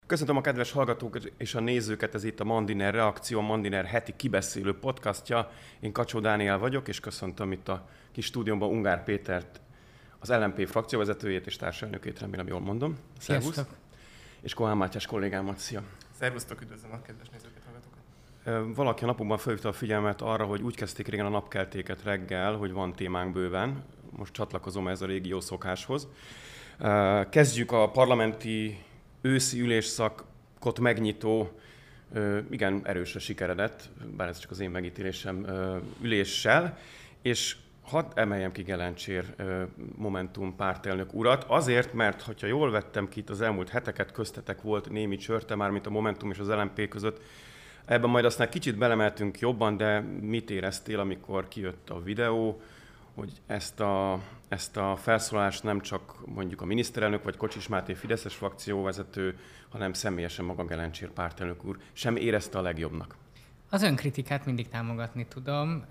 Köszöntöm a kedves hallgatókat és a nézőket, ez itt a Mandiner Reakció, Mandiner heti kibeszélő podcastja. Én Kacsó Dániel vagyok, és köszöntöm itt a kis stúdiómban Ungár Pétert, az LMP frakcióvezetőjét és társelnökét, remélem jól mondom. Szervusz. Sziasztok. És Kohán Mátyás kollégámat, szia. Szervusztok, üdvözlöm a kedves nézőket, hallgatókat. Valaki a napokban felhívta a figyelmet arra, hogy úgy kezdték régen a napkeltéket reggel, hogy van témánk bőven. Most csatlakozom ez a régi jó szokáshoz. Kezdjük a parlamenti őszi ülésszakot megnyitó, igen erősre sikeredett, bár ez csak az én megítélésem, üléssel, és hadd emeljem ki Gelencsér Momentum pártelnök urat, azért, mert ha jól vettem ki itt az elmúlt heteket, köztetek volt némi csörte már, mint a Momentum és az LMP között, ebben majd aztán kicsit belemeltünk jobban, de mit éreztél, amikor kijött a videó, hogy ezt a felszólalást nem csak mondjuk a miniszterelnök vagy Kocsis Máté fideszes frakcióvezető, hanem személyesen maga Gelencsér pártelnök úr sem érezte a legjobbnak? Az önkritikát mindig támogatni tudom.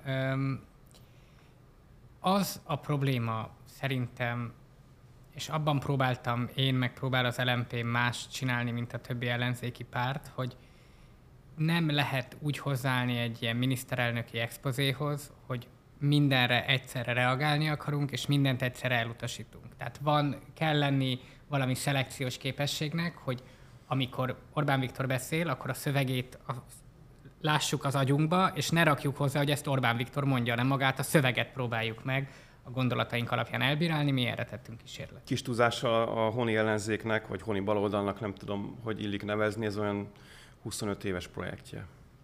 Az a probléma szerintem, és abban próbáltam én, meg próbál az LMP más csinálni, mint a többi ellenzéki párt, hogy nem lehet úgy hozzáállni egy ilyen miniszterelnöki expozéhoz, hogy mindenre egyszerre reagálni akarunk, és mindent egyszerre elutasítunk. Tehát kell lenni valami szelekciós képességnek, hogy amikor Orbán Viktor beszél, akkor a szövegét lássuk az agyunkba, és ne rakjuk hozzá, hogy ezt Orbán Viktor mondja, hanem magát a szöveget próbáljuk meg a gondolataink alapján elbírálni, mi erre tettünk kísérletet. Kis túlzással a honi ellenzéknek, vagy honi baloldalnak, nem tudom, hogy illik nevezni, ez olyan 25 éves projektje.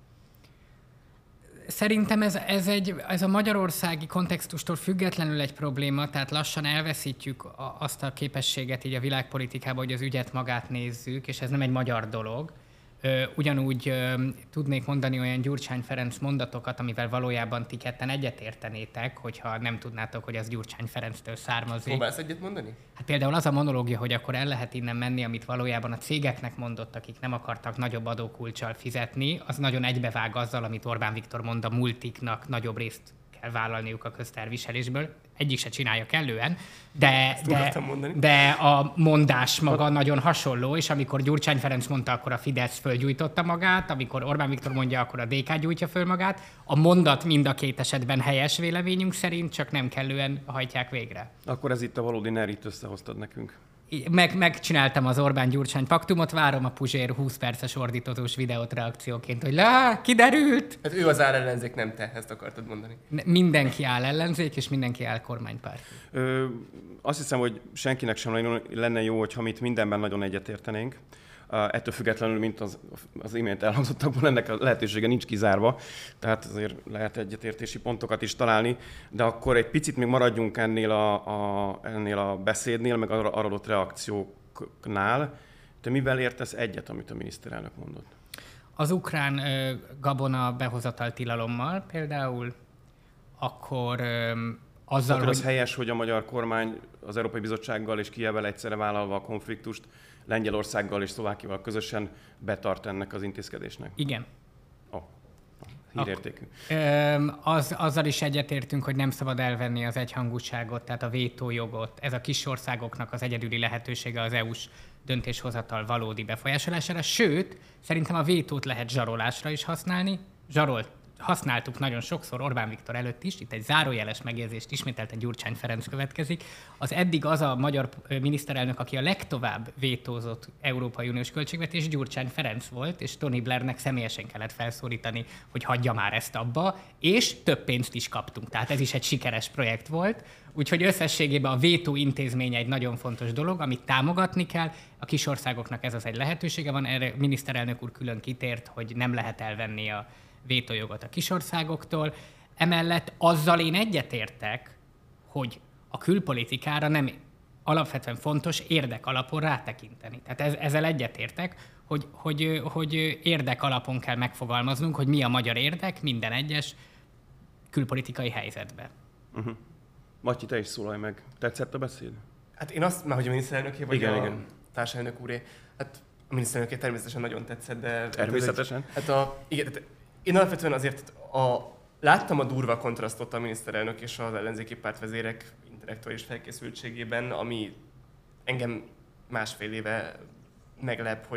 Szerintem ez a magyarországi kontextustól függetlenül egy probléma, tehát lassan elveszítjük azt a képességet így a világpolitikában, hogy az ügyet magát nézzük, és ez nem egy magyar dolog. Ugyanúgy tudnék mondani olyan Gyurcsány Ferenc mondatokat, amivel valójában ti ketten egyetértenétek, hogyha nem tudnátok, hogy az Gyurcsány Ferenctől származik. Próbálsz egyet mondani? Hát például az a monológia, hogy akkor el lehet innen menni, amit valójában a cégeknek mondott, akik nem akartak nagyobb adókulccsal fizetni, az nagyon egybevág azzal, amit Orbán Viktor mond, a multiknak nagyobb részt kell vállalniuk a közterviselésből. Egyik se csinálja kellően, de a mondás maga nagyon hasonló, és amikor Gyurcsány Ferenc mondta, akkor a Fidesz fölgyújtotta magát, amikor Orbán Viktor mondja, akkor a DK gyújtja föl magát. A mondat mind a két esetben helyes véleményünk szerint, csak nem kellően hajtják végre. Akkor ez itt a valódi NER, itt összehoztad nekünk. Megcsináltam az Orbán-Gyurcsány paktumot, várom a Puzsér 20 perces ordítozós videót reakcióként, hogy kiderült! Hát ő az ellenzék, nem te, ezt akartad mondani. Mindenki áll ellenzék, és mindenki áll kormánypárt. Azt hiszem, hogy senkinek sem lenne jó, hogyha mi itt mindenben nagyon egyetértenénk. Ettől függetlenül, mint az imént elhangzottakból, ennek a lehetősége nincs kizárva, tehát azért lehet egyetértési pontokat is találni, de akkor egy picit még maradjunk ennél a beszédnél, meg arra adott reakcióknál. Te mivel értesz egyet, amit a miniszterelnök mondott? Az ukrán gabona behozatal tilalommal például, akkor azzal, hogy... az helyes, hogy a magyar kormány az Európai Bizottsággal és Kijevvel egyszerre vállalva a konfliktust, Lengyelországgal és Szlovákiával közösen betart ennek az intézkedésnek? Igen. Hírértékű. Azzal is egyetértünk, hogy nem szabad elvenni az egyhangúságot, tehát a vétójogot. Ez a kis országoknak az egyedüli lehetősége az EU-s döntéshozatal valódi befolyásolására. Sőt, szerintem a vétót lehet zsarolásra is használni. Használtuk nagyon sokszor Orbán Viktor előtt is, itt egy zárójeles megjegyzést ismételten Gyurcsány Ferenc következik. Az eddig az a magyar miniszterelnök, aki a legtovább vétózott Európai Uniós költségvetés, Gyurcsány Ferenc volt, és Tony Blairnek személyesen kellett felszólítani, hogy hagyja már ezt abba, és több pénzt is kaptunk. Tehát ez is egy sikeres projekt volt. Úgyhogy összességében a vétó intézménye egy nagyon fontos dolog, amit támogatni kell. A kis országoknak ez az egy lehetősége van, erre miniszterelnök úr külön kitért, hogy nem lehet elvenni a vétójogot a kisországoktól. Emellett azzal én egyetértek, hogy a külpolitikára nem alapvetően fontos érdek alapon rátekinteni. Tehát ezzel egyetértek, hogy érdek alapon kell megfogalmaznunk, hogy mi a magyar érdek minden egyes külpolitikai helyzetben. Uh-huh. Matyi, te is szólalj meg. Tetszett a beszéd? Hát én azt, már hogy a miniszterelnöké vagy igen. Társelnök úré, hát a miniszterelnöké természetesen nagyon tetszett, de... Természetesen? Igen, én alapvetően azért láttam a durva kontrasztot a miniszterelnök és az ellenzéki pártvezérek intellektuális felkészültségében, ami engem másfél éve meglep, hogy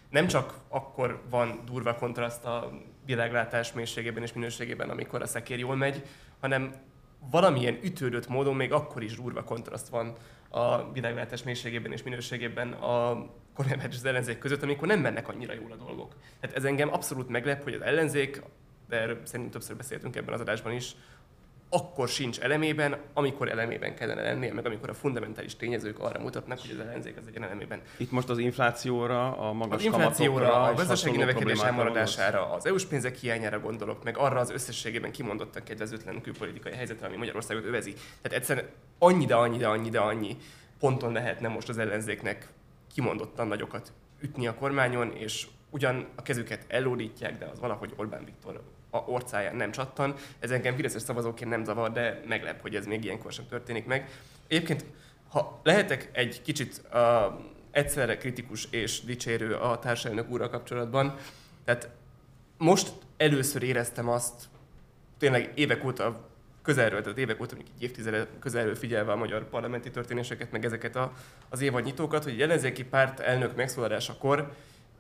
nem csak akkor van durva kontraszt a világlátás mélységében és minőségében, amikor a szekér jól megy, hanem valamilyen ütődött módon még akkor is durva kontraszt van a világlátás mélységében és minőségében a kormánypárt és az ellenzék között, amikor nem mennek annyira jól a dolgok. Tehát ez engem abszolút meglep, hogy az ellenzék, de erről szerintem többször beszéltünk ebben az adásban is, akkor sincs elemében, amikor elemében kellene lennie, meg amikor a fundamentális tényezők arra mutatnak, hogy az ellenzék az legyen elemében. Itt most az inflációra, a magas kamatokra, a gazdasági növekedés elmaradására, az EU-s pénzek hiányára gondolok, meg arra az összességében kimondottan kedvezőtlen külpolitikai helyzetre, ami Magyarországot övezi. Tehát egyszerűen annyi ponton lehetne most az ellenzéknek kimondottan nagyokat ütni a kormányon, és ugyan a kezüket ellódítják, de az valahogy Orbán Viktor a orcáján nem csattan. Ez engem fideszes szavazóként nem zavar, de meglep, hogy ez még ilyenkor sem történik meg. Egyébként, ha lehetek egy kicsit egyszerre kritikus és dicsérő a társelnök úrral kapcsolatban, tehát most először éreztem azt, tényleg évek óta közelről, tehát évek óta, mondjuk évtizedek közelről figyelve a magyar parlamenti történéseket, meg ezeket az évadnyitókat, hogy egy ellenzéki párt elnök megszólalásakor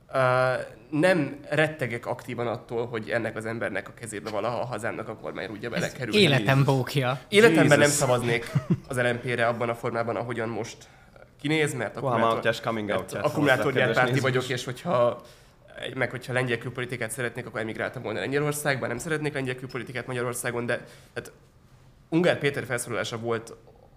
nem rettegek aktívan attól, hogy ennek az embernek a kezébe valaha a hazámnak a kormányrúdja belekerül. Életem bókja. Életemben nem szavaznék az LMP-re abban a formában, ahogyan most kinéz, mert akkumulátorgyárpárti vagyok, és hogyha lengyel külpolitikát szeretnék, akkor emigráltam volna Lengyelországba, nem szeretnék lengyel külpolitikát Magyarországon, de hát Ungár Péter felszólalása volt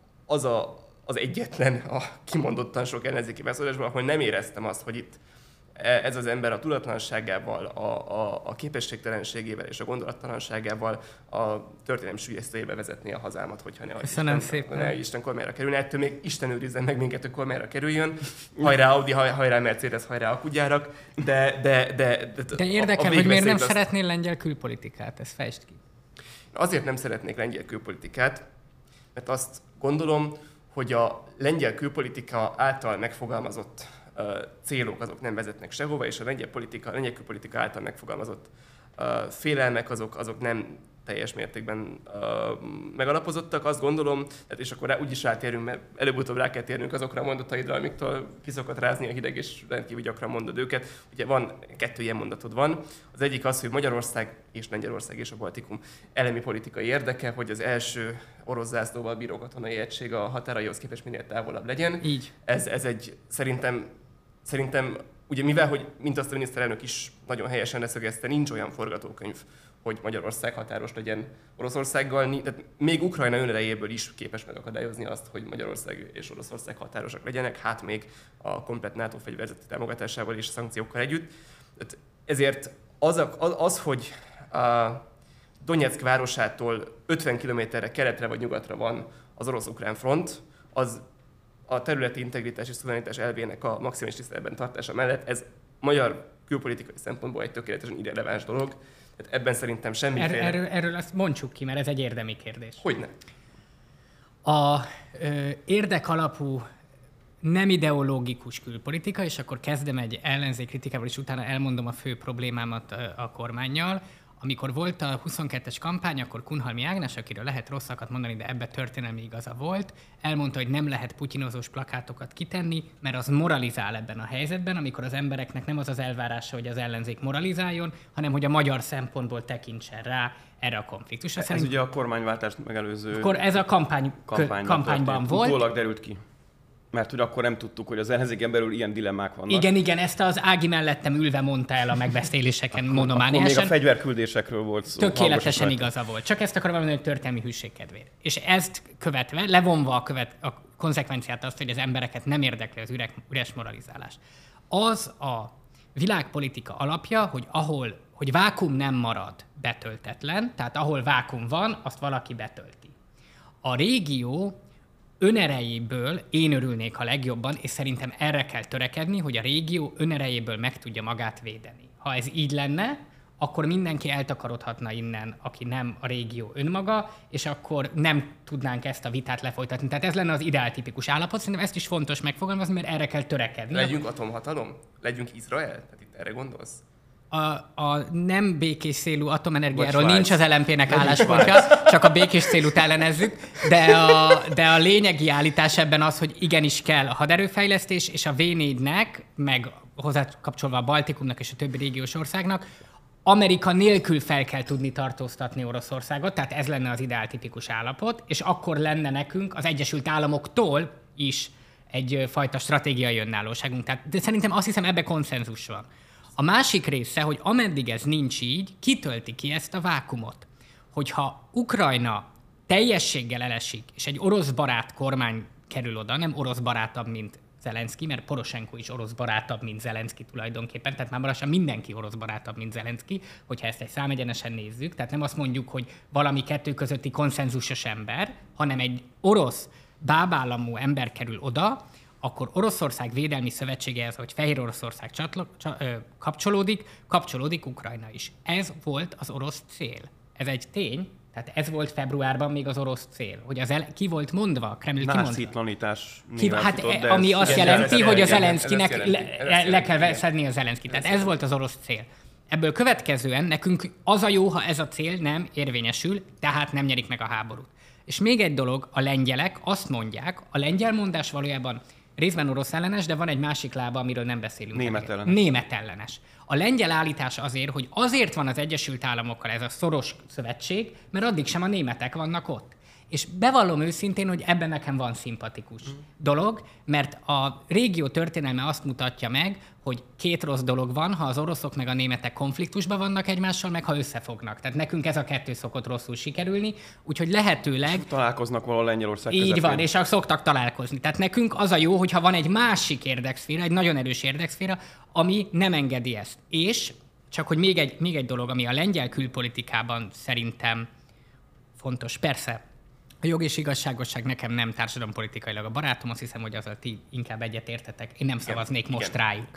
az egyetlen a kimondottan sok ellenzéki felszólalásban, ahol nem éreztem azt, hogy itt ez az ember a tudatlanságával, a képességtelenségével és a gondolattalanságával a történelem süllyesztőjébe vezetné a hazámat, hogyha ne Isten kormányra kerülne. Ettől még Isten őrizzen meg minket, hogy kormányra kerüljön. Hajrá Audi, hajrá Mercedes, hajrá akugyárak. De érdekel, hogy miért nem szeretnél lengyel külpolitikát? Ezt fejtsd ki. Azért nem szeretnék lengyel külpolitikát, mert azt gondolom, hogy a lengyel külpolitika által megfogalmazott célok azok nem vezetnek sehova, és a lengyel külpolitika által megfogalmazott félelmek azok nem teljes mértékben megalapozottak, azt gondolom, és akkor úgyis rátérünk, mert előbb-utóbb rá kell térnünk azokra a mondataidra, amiktől ki szokott rázni a hideg, és rendkívül gyakran mondod őket. Ugye van 2 ilyen mondatod van. Az egyik az, hogy Magyarország és Lengyelország és a Baltikum elemi politikai érdeke, hogy az első orosz zászlóval bíró katonai egység a határaihoz képest minél távolabb legyen. Így. Ez egy szerintem, ugye mivel, hogy mint azt a miniszterelnök is nagyon helyesen leszögezte, nincs olyan forgatókönyv, hogy Magyarország határos legyen Oroszországgal, tehát még Ukrajna önerejéből is képes megakadályozni azt, hogy Magyarország és Oroszország határosak legyenek, hát még a komplett NATO fegyverzeti támogatásával és szankciókkal együtt. Tehát ezért az, hogy Donetsk városától 50 kilométerre keletre vagy nyugatra van az orosz-ukrán front, az a területi integritás és szuverenitás elvének a maximális tiszteletben tartása mellett ez magyar külpolitikai szempontból egy tökéletesen irreleváns dolog. Tehát ebben szerintem semmiféle... Erről azt mondjuk ki, mert ez egy érdemi kérdés. Hogyne? A érdekalapú, nem ideológikus külpolitika, és akkor kezdem egy ellenzék kritikával, és utána elmondom a fő problémámat a kormánnyal. Amikor volt a 22-es kampány, akkor Kunhalmi Ágnes, akiről lehet rosszakat mondani, de ebbe történelmi igaza volt, elmondta, hogy nem lehet putyinozós plakátokat kitenni, mert az moralizál ebben a helyzetben, amikor az embereknek nem az az elvárása, hogy az ellenzék moralizáljon, hanem hogy a magyar szempontból tekintsen rá erre a konfliktusra. Ez ugye a kormányváltást megelőző... Akkor ez a kampányban volt. Utólag derült ki. Mert hogy akkor nem tudtuk, hogy az ellenzéken belül ilyen dilemmák vannak. Igen, ezt az Ági mellettem ülve mondta el a megbeszéléseken monomániásan. Akkor még a fegyverküldésekről volt szó. Tökéletesen igaza volt. Csak ezt akarom mondani, hogy történelmi hűség kedvéért. És ezt követve, levonva a konzekvenciát azt, hogy az embereket nem érdekli az üres moralizálás. Az a világpolitika alapja, hogy vákum nem marad betöltetlen, tehát ahol vákum van, azt valaki betölti. A régió önerejéből én örülnék a legjobban, és szerintem erre kell törekedni, hogy a régió önerejéből meg tudja magát védeni. Ha ez így lenne, akkor mindenki eltakarodhatna innen, aki nem a régió önmaga, és akkor nem tudnánk ezt a vitát lefolytatni. Tehát ez lenne az ideáltipikus állapot, szerintem ezt is fontos megfogalmazni, mert erre kell törekedni. Legyünk atomhatalom? Legyünk Izrael? Tehát itt erre gondolsz? A nem békés célú atomenergiáról nincs az LMP-nek álláspontja, csak a békés célut ellenezzük, de a lényegi állítás ebben az, hogy igenis kell a haderőfejlesztés, és a V4-nek, meg hozzákapcsolva a Baltikumnak és a többi régiós országnak, Amerika nélkül fel kell tudni tartóztatni Oroszországot, tehát ez lenne az ideáltipikus állapot, és akkor lenne nekünk az Egyesült Államoktól is egyfajta stratégiai önállóságunk. De szerintem azt hiszem, ebbe konszenzus van. A másik része, hogy ameddig ez nincs így, kitölti ki ezt a vákumot. Hogyha Ukrajna teljességgel elesik, és egy orosz barát kormány kerül oda, nem orosz barátabb, mint Zelenszky, mert Poroshenko is orosz barátabb, mint Zelenszky tulajdonképpen, tehát már lassan mindenki orosz barátabb, mint Zelenszky, hogyha ezt egy számegyenesen nézzük, tehát nem azt mondjuk, hogy valami kettő közötti konszenzusos ember, hanem egy orosz bábállamú ember kerül oda, akkor Oroszország Védelmi Szövetségehez, hogy Fehér Oroszország kapcsolódik Ukrajna is. Ez volt az orosz cél. Ez egy tény, tehát ez volt februárban még az orosz cél, hogy ki volt mondva, a Kreml kimondva. Nászítlanítás. Ami azt jelenti, hogy a Zelenszkynek le kell szedni a Zelenszkyt. Tehát ez volt az orosz cél. Ebből következően nekünk az a jó, ha ez a cél nem érvényesül, tehát nem nyerik meg a háborút. És még egy dolog, a lengyelek azt mondják, a lengyel mondás valójában részben orosz ellenes, de van egy másik lába, amiről nem beszélünk. Német ellenes. A lengyel állítás azért, hogy azért van az Egyesült Államokkal ez a szoros szövetség, mert addig sem a németek vannak ott. És bevallom őszintén, hogy ebben nekem van szimpatikus dolog, mert a régió történelme azt mutatja meg, hogy két rossz dolog van, ha az oroszok meg a németek konfliktusban vannak egymással, meg ha összefognak. Tehát nekünk ez a kettő szokott rosszul sikerülni, úgyhogy lehetőleg... Találkoznak valahol Lengyelország közepén. Így van, és szoktak találkozni. Tehát nekünk az a jó, hogyha van egy másik érdekszféra, egy nagyon erős érdekszféra, ami nem engedi ezt. És csak hogy még egy dolog, ami a lengyel külpolitikában szerintem fontos. Persze, a jog és igazságosság nekem nem társadalompolitikailag a barátom, azt hiszem, hogy azzal ti inkább egyetértetek. Én nem szavaznék most rájuk.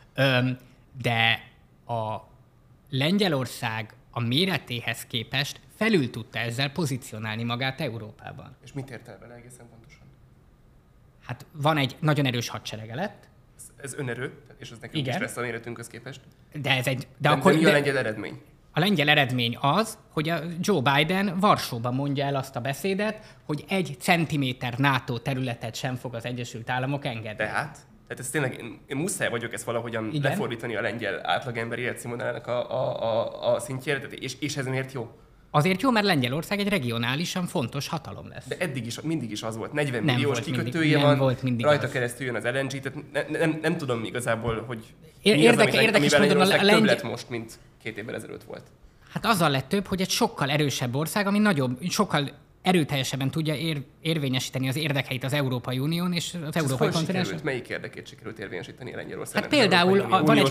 De a Lengyelország a méretéhez képest felül tudta ezzel pozícionálni magát Európában. És mit ért el vele egészen pontosan? Hát van egy nagyon erős hadserege lett. Ez önerő, és az nekünk is lesz a méretünkhöz képest. De akkor mi a lengyel eredmény? A lengyel eredmény az, hogy a Joe Biden Varsóban mondja el azt a beszédet, hogy 1 centiméter NATO területet sem fog az Egyesült Államok engedni. Tehát ez tényleg, én muszáj vagyok ezt valahogyan lefordítani a lengyel átlagember életszínvonalának a szintjére, és ez miért jó? Azért jó, mert Lengyelország egy regionálisan fontos hatalom lesz. De mindig is az volt. 40 milliós kikötője van, rajta az. Keresztül jön az LNG, tehát nem tudom igazából, hogy érdekes módon a több lett most, mint 2 évvel ezelőtt volt. Hát azzal lett több, hogy egy sokkal erősebb ország, ami sokkal erőteljesebben tudja érvényesíteni az érdekeit az Európai Unión és az Európai Kontinensen. Melyik érdekét sikerült érvényesíteni a Lengyelországnak? Hát például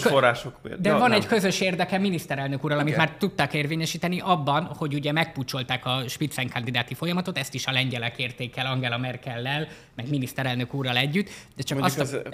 van egy közös érdeke miniszterelnök úrral, amit már tudták érvényesíteni abban, hogy ugye megpucsolták a Spitzenkandidáti folyamatot, ezt is a lengyelek érték el Angela Merkellel, meg miniszterelnök úrral együtt. De csak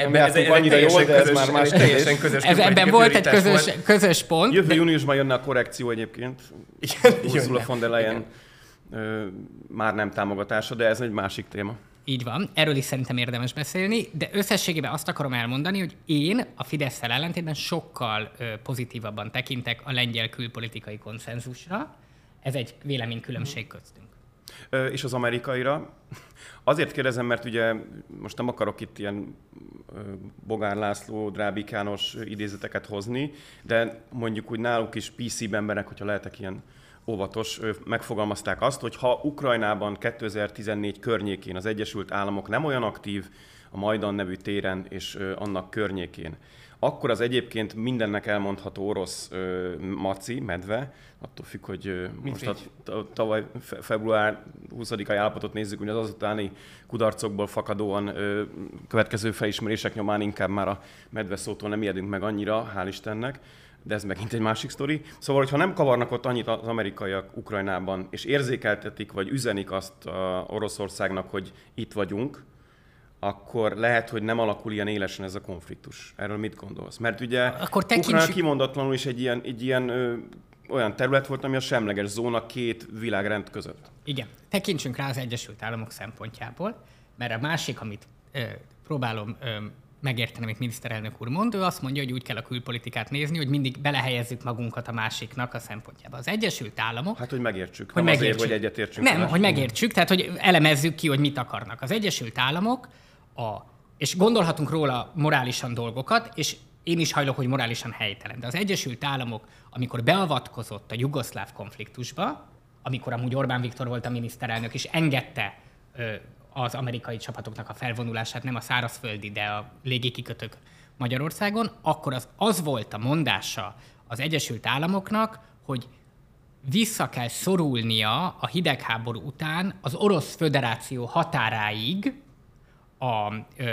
ebben volt egy közös pont. Jövő júniusban jönne a korrekció egyébként. Ursula von der Leyen már nem támogatása, de ez egy másik téma. Így van, erről is szerintem érdemes beszélni, de összességében azt akarom elmondani, hogy én a Fidesz-szel ellentétben sokkal pozitívabban tekintek a lengyel külpolitikai konszenzusra. Ez egy véleménykülönbség köztünk. És az amerikaira? Azért kérdezem, mert ugye most nem akarok itt ilyen Bogár László, Drábik János idézeteket hozni, de mondjuk úgy náluk is PC-b emberek, hogyha lehetek ilyen óvatos, megfogalmazták azt, hogy ha Ukrajnában 2014 környékén az Egyesült Államok nem olyan aktív a Majdan nevű téren és annak környékén, akkor az egyébként mindennek elmondható orosz maci, medve, attól függ, hogy most tavaly február 20-ai állapotot nézzük, hogy az azutáni kudarcokból fakadóan következő felismerések nyomán inkább már a medve szótól nem ijedünk meg annyira, hál' Istennek, de ez megint egy másik sztori. Szóval, hogyha nem kavarnak ott annyit az amerikaiak Ukrajnában, és érzékeltetik, vagy üzenik azt Oroszországnak, hogy itt vagyunk, akkor lehet, hogy nem alakul ilyen élesen ez a konfliktus. Erről mit gondolsz? Mert ugye Ukrajna kimondatlanul is egy ilyen olyan terület volt, ami a semleges zóna 2 világrend között. Igen. Tekintsünk rá az Egyesült Államok szempontjából, mert a másik, amit próbálom megérteni, amit miniszterelnök úr mond, ő azt mondja, hogy úgy kell a külpolitikát nézni, hogy mindig belehelyezzük magunkat a másiknak a szempontjába. Az Egyesült Államok... Hát, hogy megértsük. Nem azért, hogy egyetértsünk. Nem, hogy megértsük, tehát, hogy elemezzük ki, hogy mit akarnak. Az Egyesült Államok, és gondolhatunk róla morálisan dolgokat, és én is hajlok, hogy morálisan helytelen. De az Egyesült Államok, amikor beavatkozott a jugoszláv konfliktusba, amikor amúgy Orbán Viktor volt a miniszterelnök, és engedte az amerikai csapatoknak a felvonulását, nem a szárazföldi, de a légikikötők Magyarországon, akkor az volt a mondása az Egyesült Államoknak, hogy vissza kell szorulnia a hidegháború után az Orosz Föderáció határáig a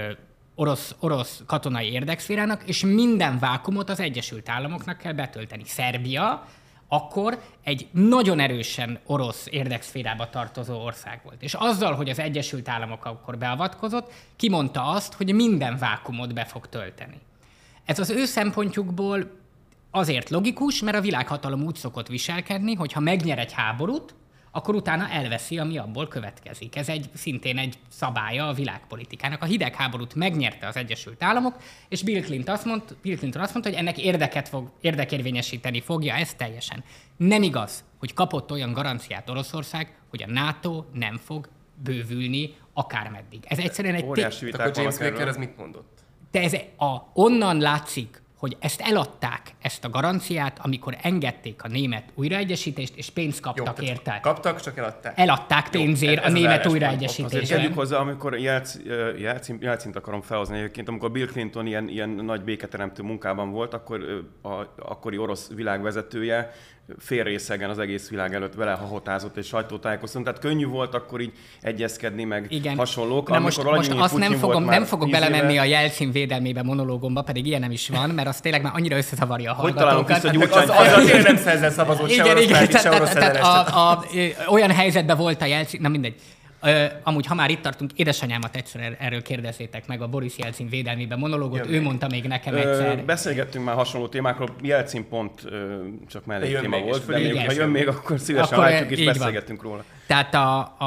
orosz katonai érdekszférának, és minden vákumot az Egyesült Államoknak kell betölteni. Szerbia akkor egy nagyon erősen orosz érdekszférába tartozó ország volt. És azzal, hogy az Egyesült Államok akkor beavatkozott, kimondta azt, hogy minden vákumot be fog tölteni. Ez az ő szempontjukból azért logikus, mert a világhatalom úgy szokott viselkedni, hogy ha megnyer egy háborút, akkor utána elveszi, ami abból következik. Ez szintén egy szabálya a világpolitikának. A hidegháborút megnyerte az Egyesült Államok, és Bill Clinton azt mondta, hogy ennek érdekérvényesíteni fogja, ez teljesen. Nem igaz, hogy kapott olyan garanciát Oroszország, hogy a NATO nem fog bővülni akármeddig. Ez egyszerűen egy... Óriási viták vannak James Baker ez mit mondott? De onnan látszik, hogy ezt eladták, ezt a garanciát, amikor engedték a német újraegyesítést, és pénzt kaptak érte. Kaptak, csak eladták. Eladták pénzért a német újraegyesítésre. Azért tegyük hozzá, amikor Jelcint akarom felhozni egyébként, amikor Bill Clinton ilyen nagy béketeremtő munkában volt, akkor akkori orosz világvezetője félrészegen az egész világ előtt vele hahotázott és sajtótájékoztatott. Tehát könnyű volt akkor így egyezkedni, meg igen. Hasonlók. Na most azt nem fogok belemenni a Jelcin védelmébe monológomba, pedig ilyen nem is van, mert az tényleg már annyira összezavarja a hallgatókat. Hogy találunk vissza nem szerzel szavazott se orosz olyan helyzetben volt a Jelcin, na mindegy. Amúgy, ha már itt tartunk, édesanyámat egyszer erről kérdezzétek meg, a Boris Jelcin védelmében monológot, ő mondta még nekem egyszer. Beszélgettünk már hasonló témákról, Jelcin pont csak melléktéma volt, de ha jön még, akkor szívesen látjuk és beszélgetünk róla. Tehát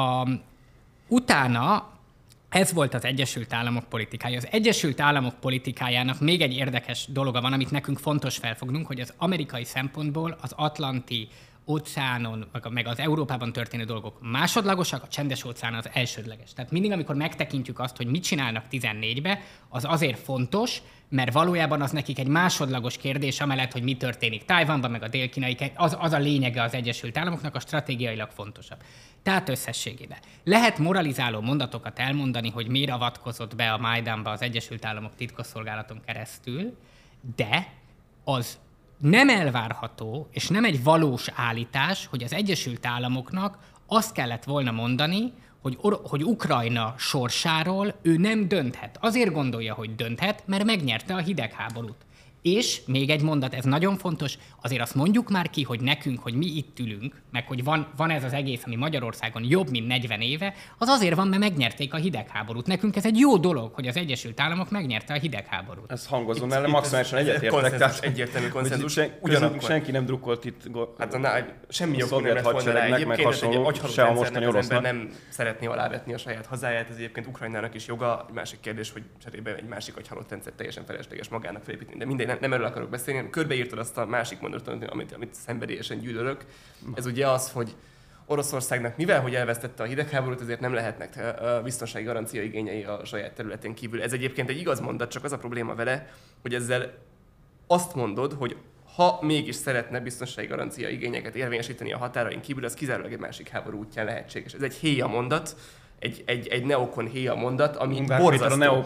utána ez volt az Egyesült Államok politikája. Az Egyesült Államok politikájának még egy érdekes dologa van, amit nekünk fontos felfognunk, hogy az amerikai szempontból az Atlanti óceánon, meg az Európában történő dolgok másodlagosak, a csendes óceán az elsődleges. Tehát mindig, amikor megtekintjük azt, hogy mit csinálnak 14-be, az azért fontos, mert valójában az nekik egy másodlagos kérdés, amellett, hogy mi történik Tajvanban, meg a dél-kínai, az a lényege az Egyesült Államoknak, a stratégiailag fontosabb. Tehát összességében. Lehet moralizáló mondatokat elmondani, hogy miért avatkozott be a Majdanba az Egyesült Államok titkosszolgálaton keresztül, de az nem elvárható, és nem egy valós állítás, hogy az Egyesült Államoknak azt kellett volna mondani, hogy Ukrajna sorsáról ő nem dönthet. Azért gondolja, hogy dönthet, mert megnyerte a hidegháborút. És még egy mondat, ez nagyon fontos, azért azt mondjuk már ki, hogy nekünk, hogy mi itt ülünk, meg hogy van ez az egész, ami Magyarországon jobb, mint 40 éve, az azért van, mert megnyerték a hidegháborút. Nekünk ez egy jó dolog, hogy az Egyesült Államok megnyerte a hidegháborút. Ez hangozom el, maximálisan egyetértek. Egyértelmű konszenzus. Ugyanakkor senki nem drukkolt itt semmi jogunk nem lett volna rá. Egyébként ez egy agyhalott rendszernek, az ember nem szeretné alávetni a saját hazáját, ez egyébként Ukrajnának is joga. Egy másik kérdés, hogy cserébe egy másik agyhalott rendszer teljesen felesleges magának felépíteni. De mindegy, nem erről akarok beszélni, hanem körbeírtad azt a másik mondatot, amit szenvedélyesen gyűlölök. Ez ugye az, hogy Oroszországnak, mivel hogy elvesztette a hidegháborút, ezért nem lehetnek biztonsági garancia igényei a saját területén kívül. Ez egyébként egy igaz mondat, csak az a probléma vele, hogy ezzel azt mondod, hogy ha mégis szeretne biztonsági garancia igényeket érvényesíteni a határain kívül, az kizárólag egy másik háború útján lehetséges. Ez egy héja mondat, egy neokon héja mondat, ami borzasztó.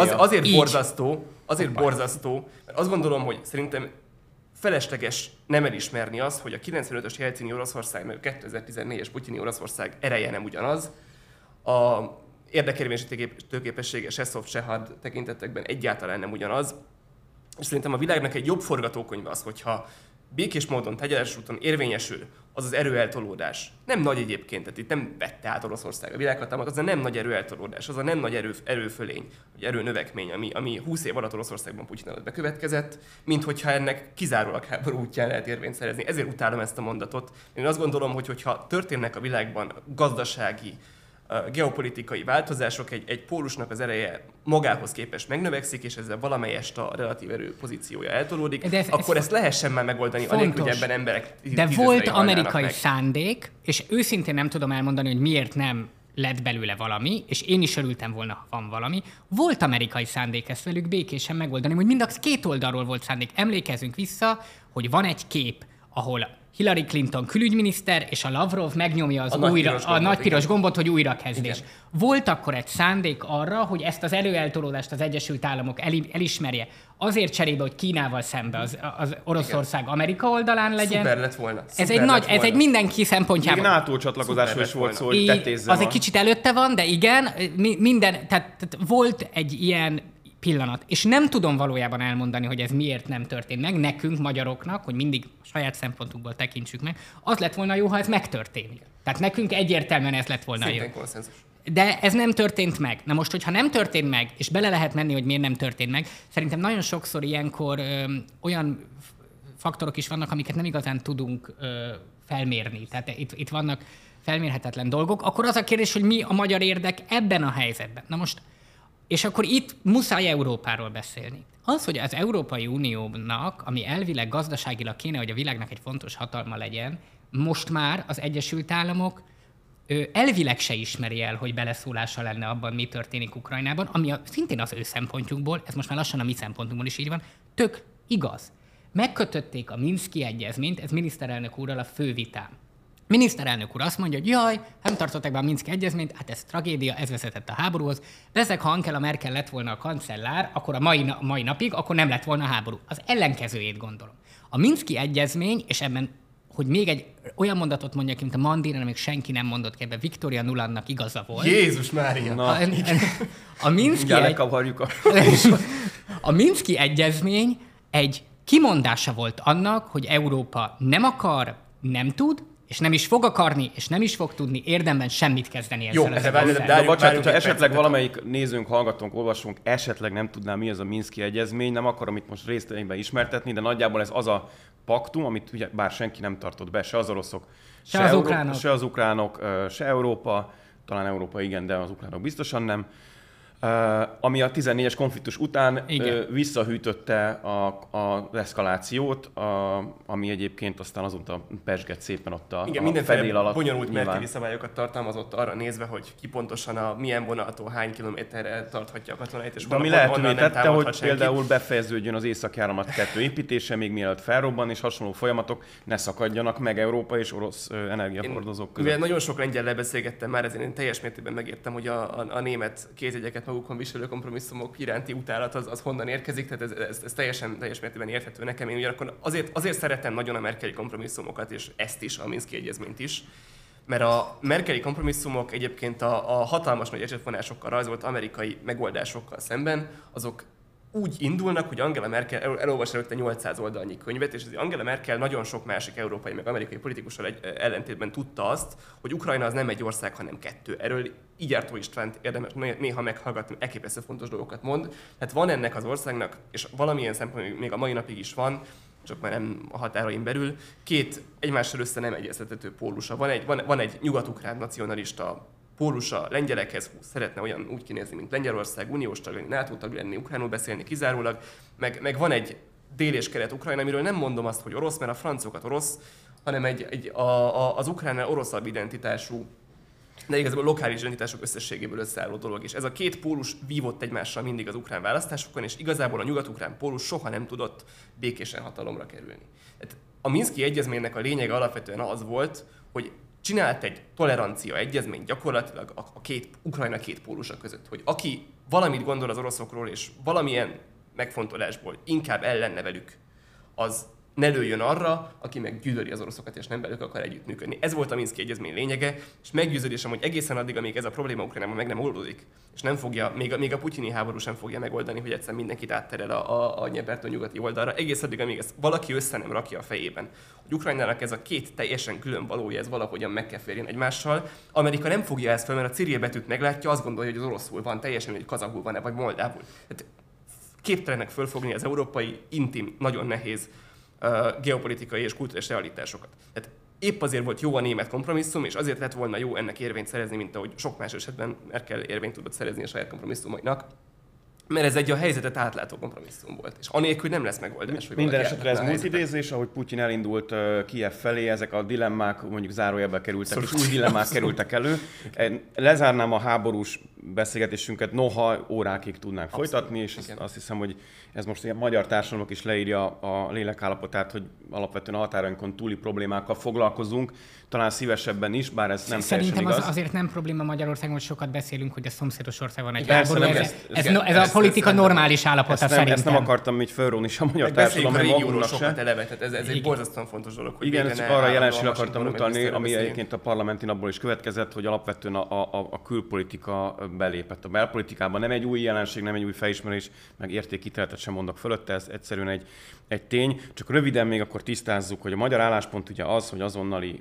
Azért borzasztó, mert azt gondolom, hogy szerintem felesleges nem elismerni azt, hogy a 95-ös Jelcini Oroszország, meg a 2014-es Putyini Oroszország ereje nem ugyanaz, a érdekérvényesítő képessége se soft, se hard tekintetekben egyáltalán nem ugyanaz, és szerintem a világnak egy jobb forgatókönyve az, hogyha békés módon, tegyeljes úton érvényesül az erőeltolódás. Nem nagy egyébként, tehát itt nem vette át Oroszország a világhatalmat, az a nem nagy erőeltolódás, az a nem nagy erőfölény, vagy erőnövekmény, ami 20 év alatt Oroszországban Putyin alatt bekövetkezett, mint hogyha ennek kizárólag háború útján lehet érvényt szerezni. Ezért utálom ezt a mondatot. Én azt gondolom, hogy hogyha történnek a világban gazdasági, geopolitikai változások, egy pólusnak az ereje magához képest megnövekszik, és ezzel valamelyest a relatív erő pozíciója eltolódik, akkor ezt lehessen már megoldani, anélkül, hogy ebben emberek de volt amerikai szándék, és őszintén nem tudom elmondani, hogy miért nem lett belőle valami, és én is örültem volna, ha van valami. Volt amerikai szándék ezt velük békésen megoldani, hogy mind a két oldalról volt szándék. Emlékezzünk vissza, hogy van egy kép, ahol Hillary Clinton külügyminiszter, és a Lavrov megnyomja a nagy piros gombot, hogy újrakezdés. Igen. Volt akkor egy szándék arra, hogy ezt az előeltolódást az Egyesült Államok elismerje. Azért cserébe, hogy Kínával szembe az Oroszország igen. Amerika oldalán legyen. Szuper lett volna. Ez egy mindenki szempontjából. Még NATO csatlakozásról is volt szó, hogy tetézzem. Az egy kicsit előtte van, de igen, tehát volt egy ilyen pillanat. És nem tudom valójában elmondani, hogy ez miért nem történt meg, nekünk, magyaroknak, hogy mindig a saját szempontunkból tekintsük meg, az lett volna jó, ha ez megtörténik. Tehát nekünk egyértelműen ez lett volna jó. De ez nem történt meg. Na most, hogyha nem történt meg, és bele lehet menni, hogy miért nem történt meg, szerintem nagyon sokszor ilyenkor olyan faktorok is vannak, amiket nem igazán tudunk felmérni. Tehát itt vannak felmérhetetlen dolgok. Akkor az a kérdés, hogy mi a magyar érdek ebben a helyzetben. Na most, és akkor itt muszáj Európáról beszélni. Az, hogy az Európai Uniónak, ami elvileg gazdaságilag kéne, hogy a világnak egy fontos hatalma legyen, most már az Egyesült Államok elvileg se ismeri el, hogy beleszólása lenne abban, mi történik Ukrajnában, ami szintén az ő szempontjukból, ez most már lassan a mi szempontunkból is így van, tök igaz. Megkötötték a Minszki egyezményt, ez miniszterelnök úrral a fővitám. Miniszterelnök úr azt mondja, hogy jaj, nem tartották be a Minszki egyezményt, hát ez tragédia, ez vezetett a háborúhoz. Bezeg, ha Angela Merkel lett volna a kancellár, akkor a mai napig, akkor nem lett volna háború. Az ellenkezőjét gondolom. A Minszki egyezmény, és ebben, hogy még egy olyan mondatot mondjak, mint a Mandira, még senki nem mondott ki, ebben Victoria Nulandnak igaza volt. Jézus Mária! A Minszki egyezmény egy kimondása volt annak, hogy Európa nem akar, nem tud, és nem is fog akarni, és nem is fog tudni érdemben semmit kezdeni ezzel. Jó, bocsánat, ha esetleg valamelyik nézőnk, hallgatónk, olvasónk esetleg nem tudná, mi ez a Minszki egyezmény, nem akarom itt most részleteiben ismertetni, de nagyjából ez az a paktum, amit ugye bár senki nem tartott be, se az oroszok, se az ukránok, se Európa, talán Európa igen, de az ukránok biztosan nem, ami a 14-es konfliktus után visszahűtötte az eszkalációt, ami egyébként aztán azóta pesgett szépen ott a fedél alatt. Bonyolult merkévi szabályokat tartalmazott arra nézve, hogy ki pontosan a milyen vonattól hány kilométerre tarthatja a katonáit, és ami lehetővé tette, hogy például befejeződjön az Északi-Áramlat 2 építése, még mielőtt felrobban, és hasonló folyamatok ne szakadjanak meg Európa és orosz energiahordozók között. Mivel nagyon sok lengyellel beszélgettem már, ezért én teljes mértékben megértem, hogy a német kézjegyeket magukon viselő kompromisszumok iránti utálat az honnan érkezik, tehát ez teljes mértékben érthető nekem. Én ugyanakkor azért szeretem nagyon a merkeli kompromisszumokat, és ezt is, a Minszki egyezményt is, mert a merkeli kompromisszumok egyébként a hatalmas nagy esetvonásokkal rajzolt amerikai megoldásokkal szemben, azok úgy indulnak, hogy Angela Merkel elolvas előtte 800 oldalnyi könyvet, és Angela Merkel nagyon sok másik európai meg amerikai politikussal ellentétben tudta azt, hogy Ukrajna az nem egy ország, hanem kettő. Erről Gyártó Istvánt érdemes néha meghallgatni, elképesztő fontos dolgokat mond. Tehát van ennek az országnak, és valamilyen szempontból még a mai napig is van, csak már nem a határain belül, két egymással össze nem egyeztethető pólusa. Van egy nyugat-ukrán nacionalista pólusa, lengyelekhez szeretne olyan úgy kinézni, mint Lengyelország, uniós tag lenni, NATO tag lenni, ukránul beszélni kizárólag, meg van egy dél- és kelet-ukrajna, amiről nem mondom azt, hogy orosz, mert a francokat orosz, hanem az ukránnál oroszabb identitású, de igazából lokális identitások összességéből összeálló dolog. És ez a két pólus vívott egymással mindig az ukrán választásokon, és igazából a nyugat-ukrán pólus soha nem tudott békésen hatalomra kerülni. Tehát a Minszki egyezménynek a lényege alapvetően az volt, hogy csinált egy tolerancia egyezményt gyakorlatilag Ukrajna két pólusa között, hogy aki valamit gondol az oroszokról, és valamilyen megfontolásból inkább ellenne velük, az ne lőjön arra, aki meg gyűlöli az oroszokat, és nem velük akar együttműködni. Ez volt a Minszki egyezmény lényege, és meggyőződésem, hogy egészen addig, amíg ez a probléma Ukrajnában meg nem oldódik, és nem fogja, még a putyini háború sem fogja megoldani, hogy egyszer mindenkit átterel a Dnyepertől nyugati oldalra, egész addig, amíg ezt valaki össze nem rakja a fejében, hogy Ukrajnának ez a két teljesen külön valója, ez valahogyan meg kell férjen egymással. Amerika nem fogja ezt fel, mert a Cyril betűt meglátja, azt gondolja, hogy az oroszul van, teljesen, hogy kazahul van-e, vagy moldávul. Tehát képtelenek fölfogni az európai, intim, nagyon nehéz geopolitikai és kulturális realitásokat. Tehát épp azért volt jó a német kompromisszum, és azért lett volna jó ennek érvényt szerezni, mint ahogy sok más esetben Merkel érvényt tudott szerezni a saját kompromisszumainak. Mert ez egy a helyzetet átlátó kompromisszum volt. És anélkül nem lesz megoldás. Minden esetre ez multidézés, ahogy Putyin elindult Kijev felé, ezek a dilemmák mondjuk zárójelbe kerültek, és új dilemmák kerültek elő. Lezárnám a háborús beszélgetésünket, noha órákig tudnánk folytatni, és azt hiszem, hogy ez most a magyar társadalomnak is leírja a lélekállapotát, hogy alapvetően a határainkon túli problémákkal foglalkozunk, talán szívesebben is, bár ez nem teljesen igaz. Szerintem azért nem probléma Magyarországon, hogy sokat beszélünk, hogy a szomszédos országban egy háború. Ez a politika normális állapota szerintem. Ezt nem akartam így fölróni is a magyar társadalom, hogy magunknak sokat eleve, tehát ez egy borzasztóan fontos dolog. Hogy igen, csak arra jelenségre akartam utalni, ami egyébként a parlamenti napból is következett, hogy alapvetően a külpolitika belépett a belpolitikában. Nem egy új jelenség, nem egy új felismerés, meg értékítéletet sem mondok fölötte, ez egyszerűen egy tény. Csak röviden még akkor tisztázzuk, hogy a magyar álláspont ugye az, hogy azonnali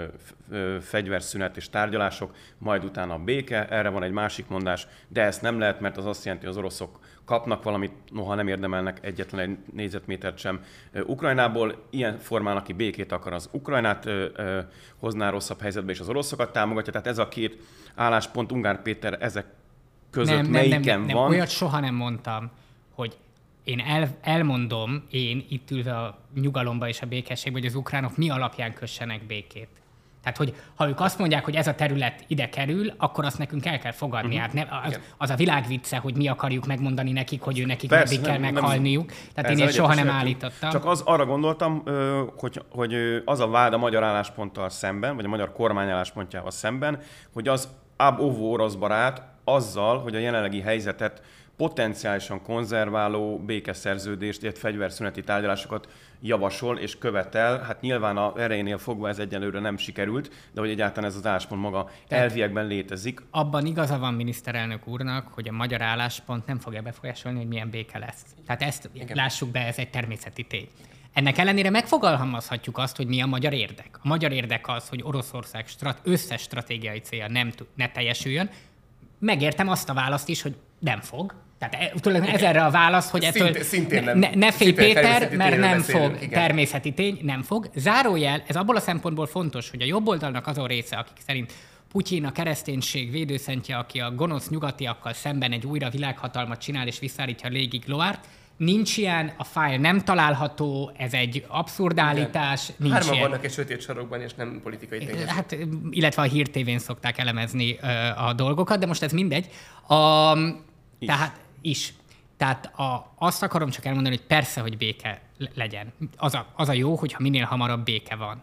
fegyverszünet és tárgyalások, majd utána a béke. Erre van egy másik mondás, de ezt nem lehet, mert az azt jelenti, hogy az oroszok kapnak valamit, noha nem érdemelnek egyetlen egy négyzetmétert sem Ukrajnából. Ilyen formán, aki békét akar, az Ukrajnát hozná rosszabb helyzetbe, és az oroszokat támogatja. Tehát ez a két álláspont, Ungár Péter ezek között melyiken van? Nem, olyat soha nem mondtam, hogy én elmondom, én itt ülve a nyugalomba és a békességben, hogy az ukránok mi alapján kössenek békét. Tehát, hogy ha ők azt mondják, hogy ez a terület ide kerül, akkor azt nekünk el kell fogadni. Hát az a világ vicce, hogy mi akarjuk megmondani nekik, hogy nekik meddig kell meghalniuk. Tehát én ezt soha nem állítottam. Csak arra gondoltam, hogy az a vád a magyar állásponttal szemben, vagy a magyar kormány álláspontjával szemben, hogy az ab óvó orosz barát azzal, hogy a jelenlegi helyzetet potenciálisan konzerváló békeszerződést, illetve fegyverszüneti tárgyalásokat javasol és követel. Hát nyilván a erejénél fogva ez egyelőre nem sikerült, de hogy egyáltalán ez az álláspont maga elviekben létezik. Abban igaza van miniszterelnök úrnak, hogy a magyar álláspont nem fogja befolyásolni, hogy milyen béke lesz. Tehát ezt lássuk be, ez egy természeti tény. Ennek ellenére megfogalmazhatjuk azt, hogy mi a magyar érdek. A magyar érdek az, hogy Oroszország összes stratégiai célja ne teljesüljön. Megértem azt a választ is, hogy nem fog. Tehát tulajdonképpen ez erre a válasz, hogy ettől ne félj Péter, mert nem fog. Igen. Természeti tény, nem fog. Zárójel, ez abból a szempontból fontos, hogy a jobb oldalnak azon része, akik szerint Putyin a kereszténység védőszentje, aki a gonosz nyugatiakkal szemben egy újra világhatalmat csinál és visszaállítja a légi gloárt, nincs ilyen, a fájl nem található, ez egy abszurd állítás. Hárman vannak egy sötét sarokban, és nem politikai tényezők. Hát, illetve a Hír TV-n szokták elemezni a dolgokat, de most ez mindegy. Tehát azt akarom csak elmondani, hogy persze, hogy béke legyen. Az a jó, hogyha minél hamarabb béke van.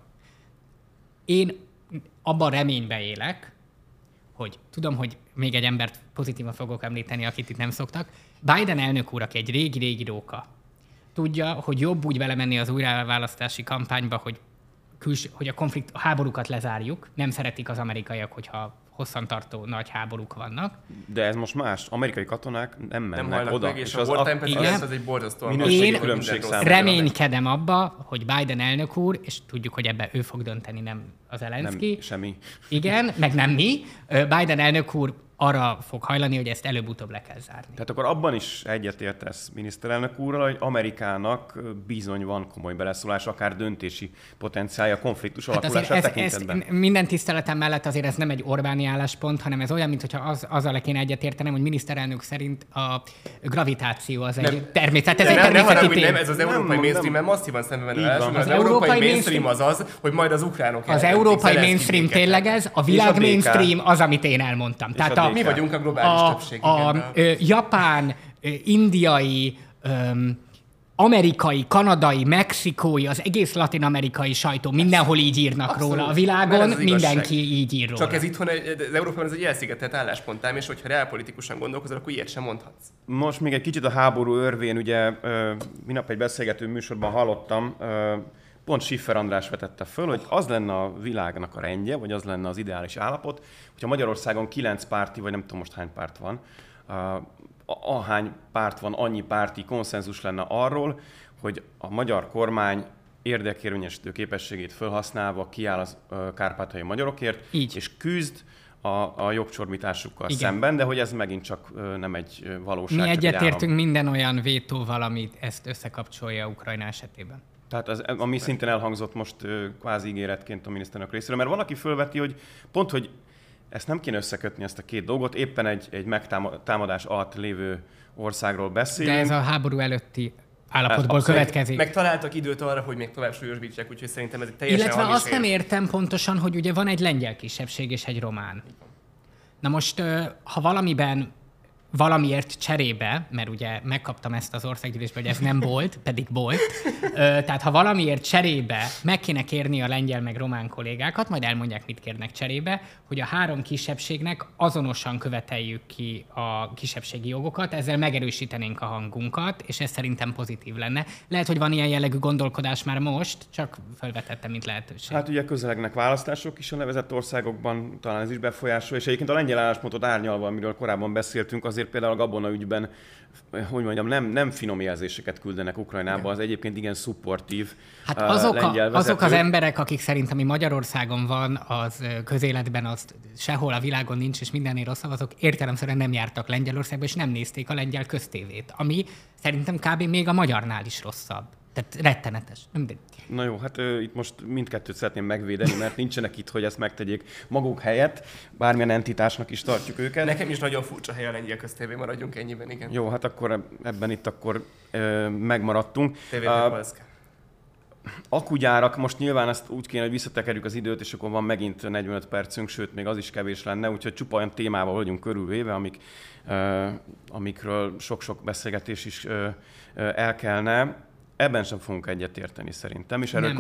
Én abban reménybe élek, hogy tudom, hogy még egy embert pozitívan fogok említeni, akit itt nem szoktak. Biden elnök úr, aki egy régi róka, tudja, hogy jobb úgy belemenni az újraválasztási kampányba, hogy a háborúkat lezárjuk. Nem szeretik az amerikaiak, hogyha hosszantartó nagy háborúk vannak. De ez most más. Amerikai katonák nem mennek oda. Meg, és az az egy borzasztóan én reménykedem abba, hogy Biden elnök úr, és tudjuk, hogy ebben ő fog dönteni, nem az Zelenszky. Nem, semmi. Igen, meg nem mi. Biden elnök úr arra fog hajlani, hogy ezt előbb-utóbb le kell zárni. Tehát akkor abban is egyetértesz miniszterelnök úrral, hogy Amerikának bizony van komoly beleszólás, akár döntési potenciálja, konfliktus alakulása tekintetben. Minden tiszteletem mellett azért ez nem egy Orbáni álláspont, hanem ez olyan, mintha azzal kéne egyetértenem, hogy miniszterelnök szerint a gravitáció az egy természet. Ez egy természeti tény. Nem, ez az európai mainstream-en masszívan szemben menő állás. Az európai mainstream az, hogy majd az ukránok. Az európai mainstream tényleg ez, a világ mainstream az, amit én elmondtam. Tehát mi vagyunk a globális többség. Japán, indiai, amerikai, kanadai, mexikói, az egész latin-amerikai sajtó, mindenhol így írnak abszolút róla. A világon mindenki így ír róla. Csak ez itthon, az Európában ez egy elszigetelt állásponttám, és hogyha reálpolitikusan gondolkozol, akkor ilyet sem mondhatsz. Most még egy kicsit a háború örvén, ugye minap egy beszélgető műsorban hallottam, pont Schiffer András vetette föl, hogy az lenne a világnak a rendje, vagy az lenne az ideális állapot, hogyha Magyarországon 9 párti, vagy nem tudom most hány párt van, ahány párt van, annyi párti konszenzus lenne arról, hogy a magyar kormány érdekérvényesítő képességét felhasználva kiáll az kárpátaljai magyarokért, és küzd a jobbcsorbításukkal szemben, de hogy ez megint csak nem egy valóság. Mi egyetértünk minden olyan vétóval, amit ezt összekapcsolja Ukrajna esetében. Tehát ami szintén elhangzott most kvázi ígéretként a miniszterelnök részéről, mert van, aki fölveti, hogy pont, hogy ezt nem kéne összekötni, ezt a két dolgot, éppen egy megtámadás alatt lévő országról beszélünk. De ez a háború előtti állapotból következik. Megtaláltak időt arra, hogy még tovább súlyosbítsák, úgyhogy szerintem ez egy teljesen illetve azt nem értem pontosan, hogy ugye van egy lengyel kisebbség és egy román. Na most, ha valamiért cserébe, mert ugye megkaptam ezt az országgyűlésbe, hogy ez nem volt, pedig volt, tehát ha valamiért cserébe meg kéne kérni a lengyel meg román kollégákat, majd elmondják, mit kérnek cserébe, hogy a 3 kisebbségnek azonosan követeljük ki a kisebbségi jogokat, ezzel megerősítenénk a hangunkat, és ez szerintem pozitív lenne. Lehet, hogy van ilyen jellegű gondolkodás már most, csak felvetettem, mint lehetőség. Hát ugye közelegnek választások is a nevezett országokban, talán ez is befolyásol, és egyébként a lengyel álláspontot árnyalva, amiről korábban beszéltünk, azért például a Gabona ügyben, hogy mondjam, nem finom jelzéseket küldenek Ukrajnába, igen. Az egyébként igen szupportív hát lengyel vezető. Azok az emberek, akik szerintem, ami Magyarországon van, az közéletben, az sehol a világon nincs, és mindennél rosszabb, azok értelemszerűen nem jártak Lengyelországba, és nem nézték a lengyel köztévét, ami szerintem kb. Még a magyarnál is rosszabb. Tehát rettenetes. Na jó, hát itt most mindkettőt szeretném megvédeni, mert nincsenek itt, hogy ezt megtegyék maguk helyett. Bármilyen entitásnak is tartjuk őket. Nekem is nagyon furcsa hely a lengyel köztévé, maradjunk ennyiben, igen. Jó, hát akkor ebben itt akkor megmaradtunk. Akugyárak, most nyilván ezt úgy kéne, hogy visszatekerjük az időt, és akkor van megint 45 percünk, sőt, még az is kevés lenne, úgyhogy csupa olyan témával vagyunk körülvéve, amikről sok-sok beszélgetés is elkelne. Ebben sem fogunk egyetérteni szerintem, és erről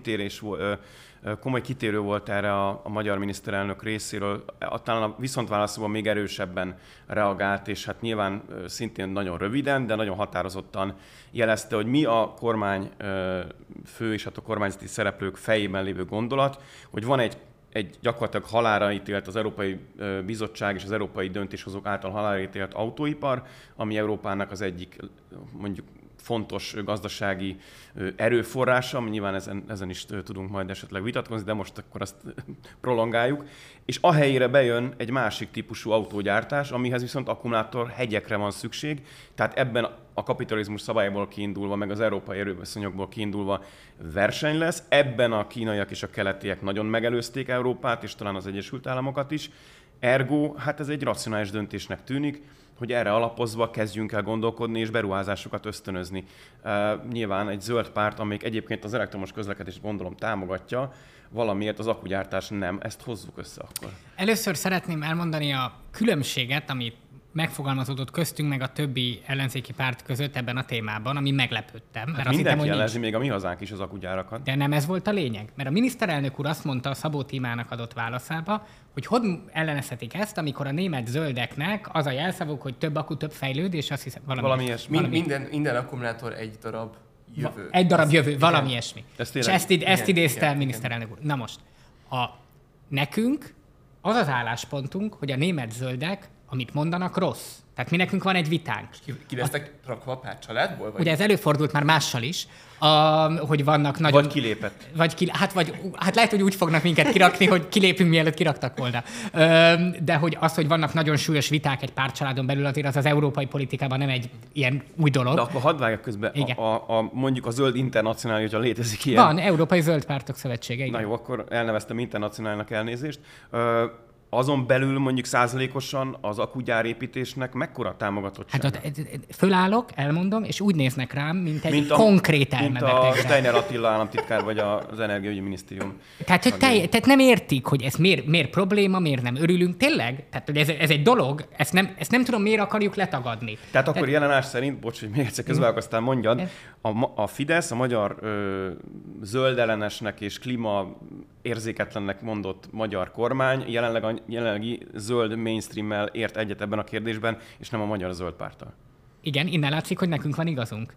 komoly kitérő volt erre a magyar miniszterelnök részéről, talán a viszontválaszában még erősebben reagált, és hát nyilván szintén nagyon röviden, de nagyon határozottan jelezte, hogy mi a kormány fő és hát a kormányzati szereplők fejében lévő gondolat, hogy van egy gyakorlatilag halálra ítélt az Európai Bizottság és az európai döntéshozók által halálra ítélt autóipar, ami Európának az egyik mondjuk fontos gazdasági erőforrása, nyilván ezen is tudunk majd esetleg vitatkozni, de most akkor azt prolongáljuk, és a helyére bejön egy másik típusú autógyártás, amihez viszont akkumulátor hegyekre van szükség, tehát ebben a kapitalizmus szabályból kiindulva, meg az európai erőviszonyokból kiindulva verseny lesz, ebben a kínaiak és a keletiek nagyon megelőzték Európát, és talán az Egyesült Államokat is, ergo, hát ez egy racionális döntésnek tűnik, hogy erre alapozva kezdjünk el gondolkodni és beruházásokat ösztönözni. Nyilván egy zöld párt, amelyik egyébként az elektromos közlekedést gondolom támogatja, valamiért az akkugyártás nem. Ezt hozzuk össze akkor. Először szeretném elmondani a különbséget, amit megfogalmazódott köztünk meg a többi ellenzéki párt között ebben a témában, ami meglepődtem. Hát mindenki jelezi, még a mi hazánk is az akkugyárakat. De nem ez volt a lényeg. Mert a miniszterelnök úr azt mondta a Szabó Tímának adott válaszába, hogy ellenezhetik ezt, amikor a német zöldeknek az a jelszavuk, hogy több akku, több fejlődés, azt hiszem valami ilyesmi. Minden akkumulátor egy darab jövő. Egy darab jövő, valami ilyesmi. És ezt idézte a miniszterelnök úr. Na most, nekünk az az álláspontunk, hogy a német zöldek, amit mondanak, rossz. Tehát mi nekünk van egy vitánk. Ki lesznek rakva a pártcsaládból? Ugye ez előfordult már mással is, hogy vannak nagyon... Vagy kilépett. Hát lehet, hogy úgy fognak minket kirakni, hogy kilépünk, mielőtt kiraktak volna. De hogy az, hogy vannak nagyon súlyos viták egy pártcsaládon belül, azért az európai politikában nem egy ilyen új dolog. De akkor hadd vágjak közben. Mondjuk a Zöld Internacionál, hogyha létezik ilyen. Van, Európai Zöld Pártok Szövetsége. Igen. Na jó, akkor elneveztem internacionálnak, elnézést. Azon belül mondjuk százalékosan az akkugyárépítésnek mekkora támogatottsága? Hát fölállok, elmondom, és úgy néznek rám, mint egy konkrét elmebeteg. Mint a Steiner Attila államtitkár, vagy az Energiaügyi Minisztérium. Tehát nem értik, hogy ez miért probléma, miért nem örülünk. Tényleg? Tehát hogy ez egy dolog, ezt nem tudom, miért akarjuk letagadni. Tehát akkor jelenást szerint, bocs, hogy még egyszer közben aztán mondjad, a Fidesz, a magyar zöldellenesnek és klíma érzéketlennek mondott magyar kormány jelenlegi zöld mainstream-mel ért egyet ebben a kérdésben, és nem a Magyar Zöld Párttal. Igen, innen látszik, hogy nekünk van igazunk.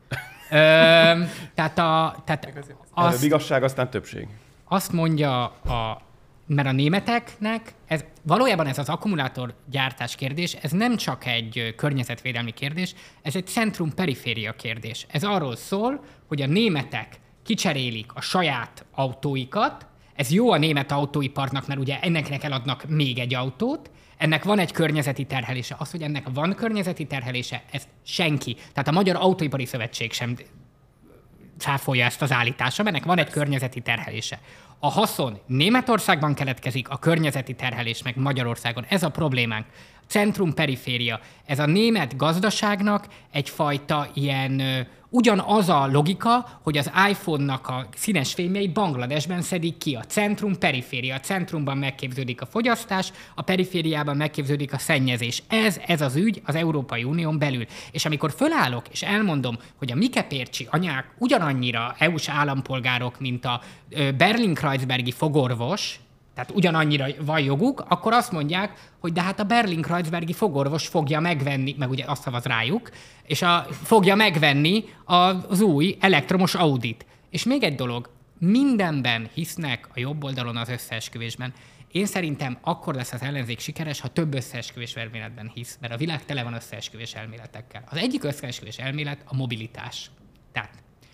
Igazság, aztán többség. Azt mondja, mert a németeknek, valójában ez az akkumulátorgyártás kérdés, ez nem csak egy környezetvédelmi kérdés, ez egy centrum-periféria kérdés. Ez arról szól, hogy a németek kicserélik a saját autóikat. Ez jó a német autóiparnak, mert ugye ennek eladnak még egy autót, ennek van egy környezeti terhelése. Az, hogy ennek van környezeti terhelése, ezt senki, tehát a Magyar Autóipari Szövetség sem cáfolja ezt az állítást, ennek van egy környezeti terhelése. A haszon Németországban keletkezik, a környezeti terhelés meg Magyarországon. Ez a problémánk. Centrum-periféria. Ez a német gazdaságnak egyfajta ilyen ugyanaz a logika, hogy az iPhone-nak a színes fémjeit Bangladesben szedik ki. A centrum-periféria. A centrumban megképződik a fogyasztás, a perifériában megképződik a szennyezés. Ez az ügy az Európai Unión belül. És amikor fölállok és elmondom, hogy a Mikepércsi anyák ugyanannyira EU-s állampolgárok, mint a Berlin-Kreuzbergi fogorvos, tehát ugyanannyira van joguk, akkor azt mondják, hogy de hát a Berlin-Kreuzbergi fogorvos fogja megvenni, meg ugye azt szavaz rájuk, és fogja megvenni az új elektromos Audit. És még egy dolog, mindenben hisznek a jobb oldalon az összeesküvésben. Én szerintem akkor lesz az ellenzék sikeres, ha több összeesküvés elméletben hisz, mert a világ tele van összeesküvés elméletekkel. Az egyik összeesküvés elmélet a mobilitás. Tehát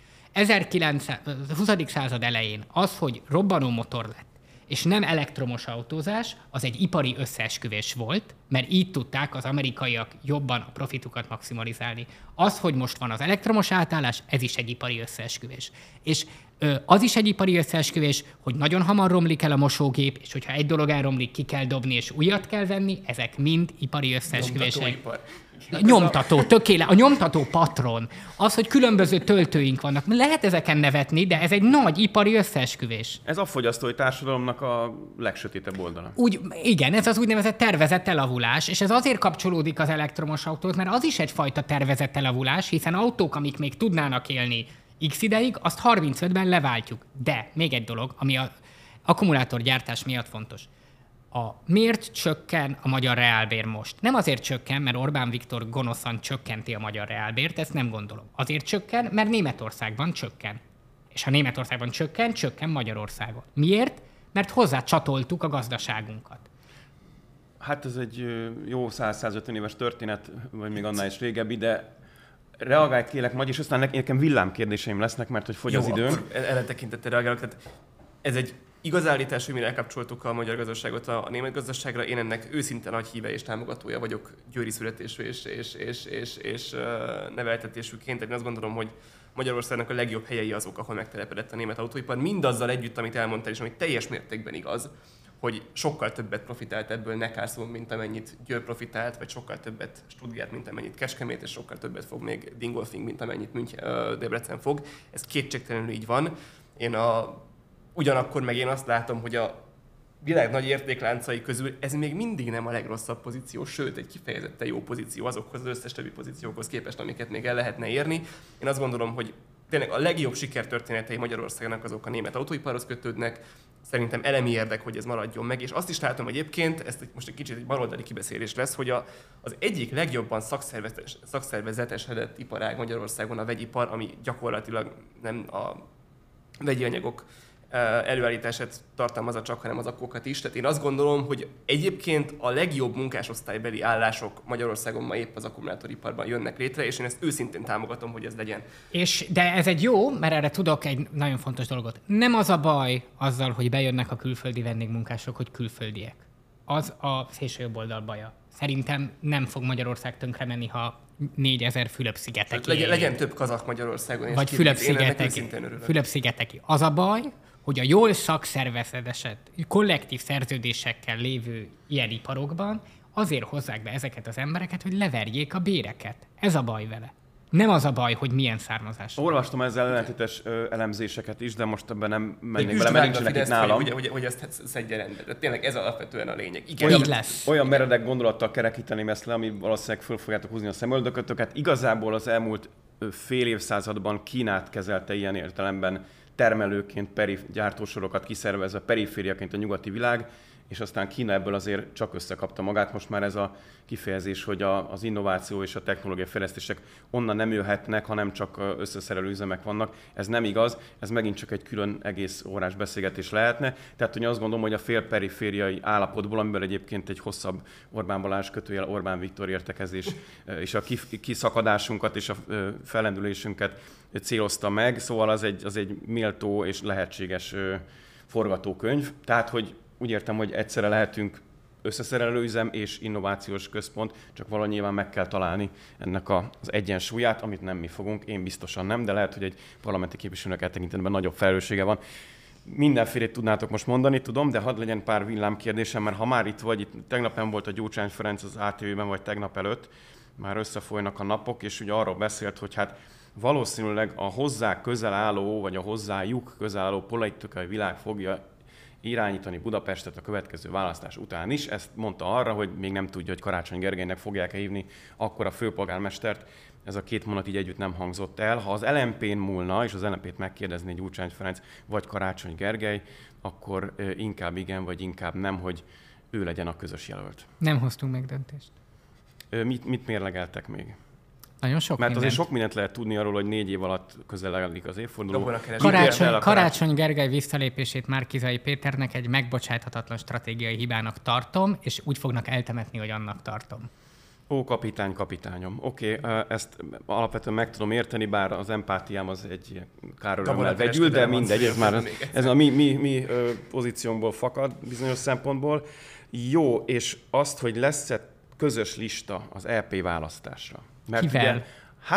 20. század elején az, hogy robbanó motor lett, és nem elektromos autózás, az egy ipari összeesküvés volt, mert így tudták az amerikaiak jobban a profitukat maximalizálni. Az, hogy most van az elektromos átállás, ez is egy ipari összeesküvés. És az is egy ipari összeesküvés, hogy nagyon hamar romlik el a mosógép, és hogyha egy dolog elromlik, ki kell dobni, és újat kell venni, ezek mind ipari összeesküvések. Nyomtató, a nyomtató patron. Az, hogy különböző töltőink vannak. Lehet ezeken nevetni, de ez egy nagy ipari összeesküvés. Ez a fogyasztói társadalomnak a legsötétebb oldala. Igen, ez az úgynevezett tervezett elavulás, és ez azért kapcsolódik az elektromos autóhoz, mert az is egyfajta tervezett elavulás, hiszen autók, amik még tudnának élni x ideig, azt 35-ben leváltjuk. De még egy dolog, ami az akkumulátorgyártás miatt fontos. Miért csökken a magyar reálbér most? Nem azért csökken, mert Orbán Viktor gonoszan csökkenti a magyar reálbért, ezt nem gondolom. Azért csökken, mert Németországban csökken. És ha Németországban csökken Magyarországon. Miért? Mert hozzá csatoltuk a gazdaságunkat. Hát ez egy jó 100-150 éves történet, vagy még annál is régebbi, de reagálj kérlek, Magy, és aztán nekem villámkérdéseim lesznek, mert hogy fogy az időm. Akkor erre tekintettel reagálok. Tehát ez egy igaz állítás, hogy mire elkapcsoltuk a magyar gazdaságot a német gazdaságra. Én ennek őszinte nagy híve és támogatója vagyok győri születésű és neveltetésűként. Én azt gondolom, hogy Magyarországnak a legjobb helyei azok, ahol megtelepedett a német autóipar. Mindazzal együtt, amit elmondtál, és ami teljes mértékben igaz, hogy sokkal többet profitált ebből Neckarsulm, mint amennyit Győr profitált, vagy sokkal többet Stuttgart, mint amennyit Kecskemét, és sokkal többet fog még Dingolfing, mint amennyit Debrecen fog. Ez kétségtelenül így van. Ugyanakkor meg én azt látom, hogy a világ nagy értékláncai közül ez még mindig nem a legrosszabb pozíció, sőt, egy kifejezetten jó pozíció azokhoz az összes többi pozíciókhoz képest, amiket még el lehetne érni. Én azt gondolom, hogy tényleg a legjobb sikertörténetei Magyarországnak azok a német autóiparhoz kötődnek. Szerintem elemi érdek, hogy ez maradjon meg, és azt is látom egyébként, ezt most egy kicsit egy baloldali kibeszélés lesz, hogy az egyik legjobban szakszervezetesedett iparág Magyarországon a vegyipar, ami gyakorlatilag nem a vegyi anyagok előállítását tartalmazza csak, hanem az akkokat is. Tehát én azt gondolom, hogy egyébként a legjobb munkásosztálybeli állások Magyarországon ma épp az akkumulátoriparban jönnek létre, és én ezt őszintén támogatom, hogy ez legyen. De ez egy jó, mert erre tudok egy nagyon fontos dolgot. Nem az a baj azzal, hogy bejönnek a külföldi vendégmunkások, hogy külföldiek. Az a szélső jobb oldal baja. Szerintem nem fog Magyarország tönkre menni, ha 4000 Fülöp-szigeteki. Legyen több kazak Magyarországon. Vagy Fülöp-szigeteki. Az a baj, hogy a jól szakszervezetesett, kollektív szerződésekkel lévő ilyen iparokban azért hozzák be ezeket az embereket, hogy leverjék a béreket. Ez a baj vele. Nem az a baj, hogy milyen származás. Olvastam ezzel ellentétes elemzéseket is, de most ebben nem mennék bele, mert nincsenek itt nálam. Hogy ezt szedje rendbe. Tehát tényleg ez alapvetően a lényeg. Igen. Így lesz. Olyan meredek gondolattal kerekíteném ezt le, ami valószínűleg föl fogjátok húzni a szemöldökötöket. Igazából az elmúlt fél évszázadban Kínát kezelte ilyen értelemben termelőként, gyártósorokat kiszervezve, perifériaként a nyugati világ, és aztán Kína ebből azért csak összekapta magát. Most már ez a kifejezés, hogy az innováció és a technológiai fejlesztések onnan nem jöhetnek, hanem csak összeszerelő üzemek vannak. Ez nem igaz, ez megint csak egy külön egész órás beszélgetés lehetne. Tehát, hogy azt gondolom, hogy a félperifériai állapotból, amiből egyébként egy hosszabb Orbán Balázs / Orbán Viktor értekezés és a kiszakadásunkat és a fellendülésünket célozta meg, szóval az egy méltó és lehetséges forgatókönyv. Tehát, hogy úgy értem, hogy egyszerre lehetünk összeszerelőüzem és innovációs központ, csak valahogy nyilván meg kell találni ennek az egyensúlyát, amit nem mi fogunk, én biztosan nem, de lehet, hogy egy parlamenti képviselőnek eltekintetben nagyobb felelőssége van. Mindenfélét tudnátok most mondani, tudom, de hadd legyen pár villámkérdésem, mert ha már itt vagy, itt tegnap nem volt a Gyurcsány Ferenc az ATV-ben, vagy tegnap előtt, már összefolynak a napok, és ugye arról beszélt, hogy hát valószínűleg a hozzá közel álló, vagy a hozzájuk közel álló politikai világ fogja irányítani Budapestet a következő választás után is. Ezt mondta arra, hogy még nem tudja, hogy Karácsony Gergelynek fogják-e hívni akkor a főpolgármestert. Ez a két mondat így együtt nem hangzott el. Ha az LMP-n múlna, és az LMP-t megkérdezné Gyurcsány Ferenc vagy Karácsony Gergely, akkor inkább igen, vagy inkább nem, hogy ő legyen a közös jelölt. Nem hoztunk meg döntést. Mit mérlegeltek még? Nagyon sok Mert mindent. azért sok mindent lehet tudni arról, hogy 4 év alatt közeledik az évforduló. Karácsony Gergely visszalépését Márki-Zay Péternek egy megbocsáthatatlan stratégiai hibának tartom, és úgy fognak eltemetni, hogy annak tartom. Ó, kapitányom. Oké, ezt alapvetően meg tudom érteni, bár az empátiám az egy kárörömmel vegyül, de mindegy, ez a mi pozíciónkból fakad bizonyos szempontból. Jó, és azt, hogy lesz-e közös lista az EP választásra. Mert kivel?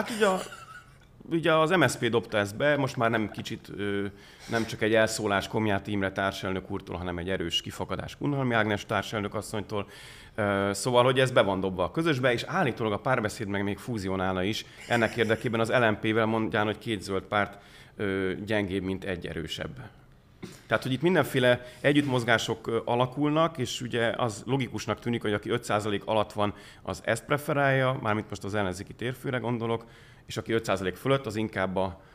Ugye az MSZP dobta ezt be, most már nem kicsit, nem csak egy elszólás Komjáti Imre társelnök úrtól, hanem egy erős kifakadás Kunhalmi Ágnes társelnök asszonytól. Szóval, hogy ez be van dobva a közösbe, és állítólag a Párbeszéd meg még fúzionálna is. Ennek érdekében az LMP-vel mondján, hogy 2 zöld párt gyengébb, mint egy erősebb. Tehát, hogy itt mindenféle együttmozgások alakulnak, és ugye az logikusnak tűnik, hogy aki 5% alatt van, az ezt preferálja, mármint most az ellenzéki térfőre gondolok, és aki 5% fölött, az inkább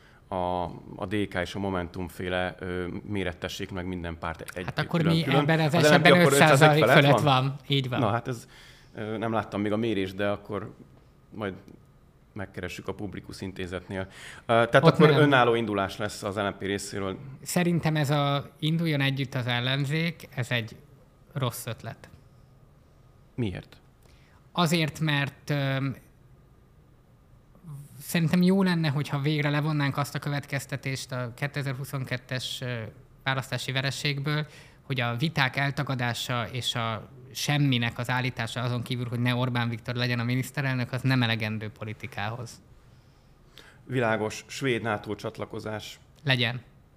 a DK és a Momentum féle mérettessék meg minden párt egy. Hát akkor mi ebben az esetben 5% fölött van. Így van. Na hát ez nem láttam még a mérést, de akkor majd megkeressük a Publikus Intézetnél. Tehát ott akkor önálló indulás lesz az LNP részéről. Szerintem ez induljon együtt az ellenzék, ez egy rossz ötlet. Miért? Azért, mert szerintem jó lenne, hogyha végre levonnánk azt a következtetést a 2022-es választási vereségből, hogy a viták eltagadása és a semminek az állítása azon kívül, hogy ne Orbán Viktor legyen a miniszterelnök, az nem elegendő politikához. Világos, svéd NATO csatlakozás. Legyen.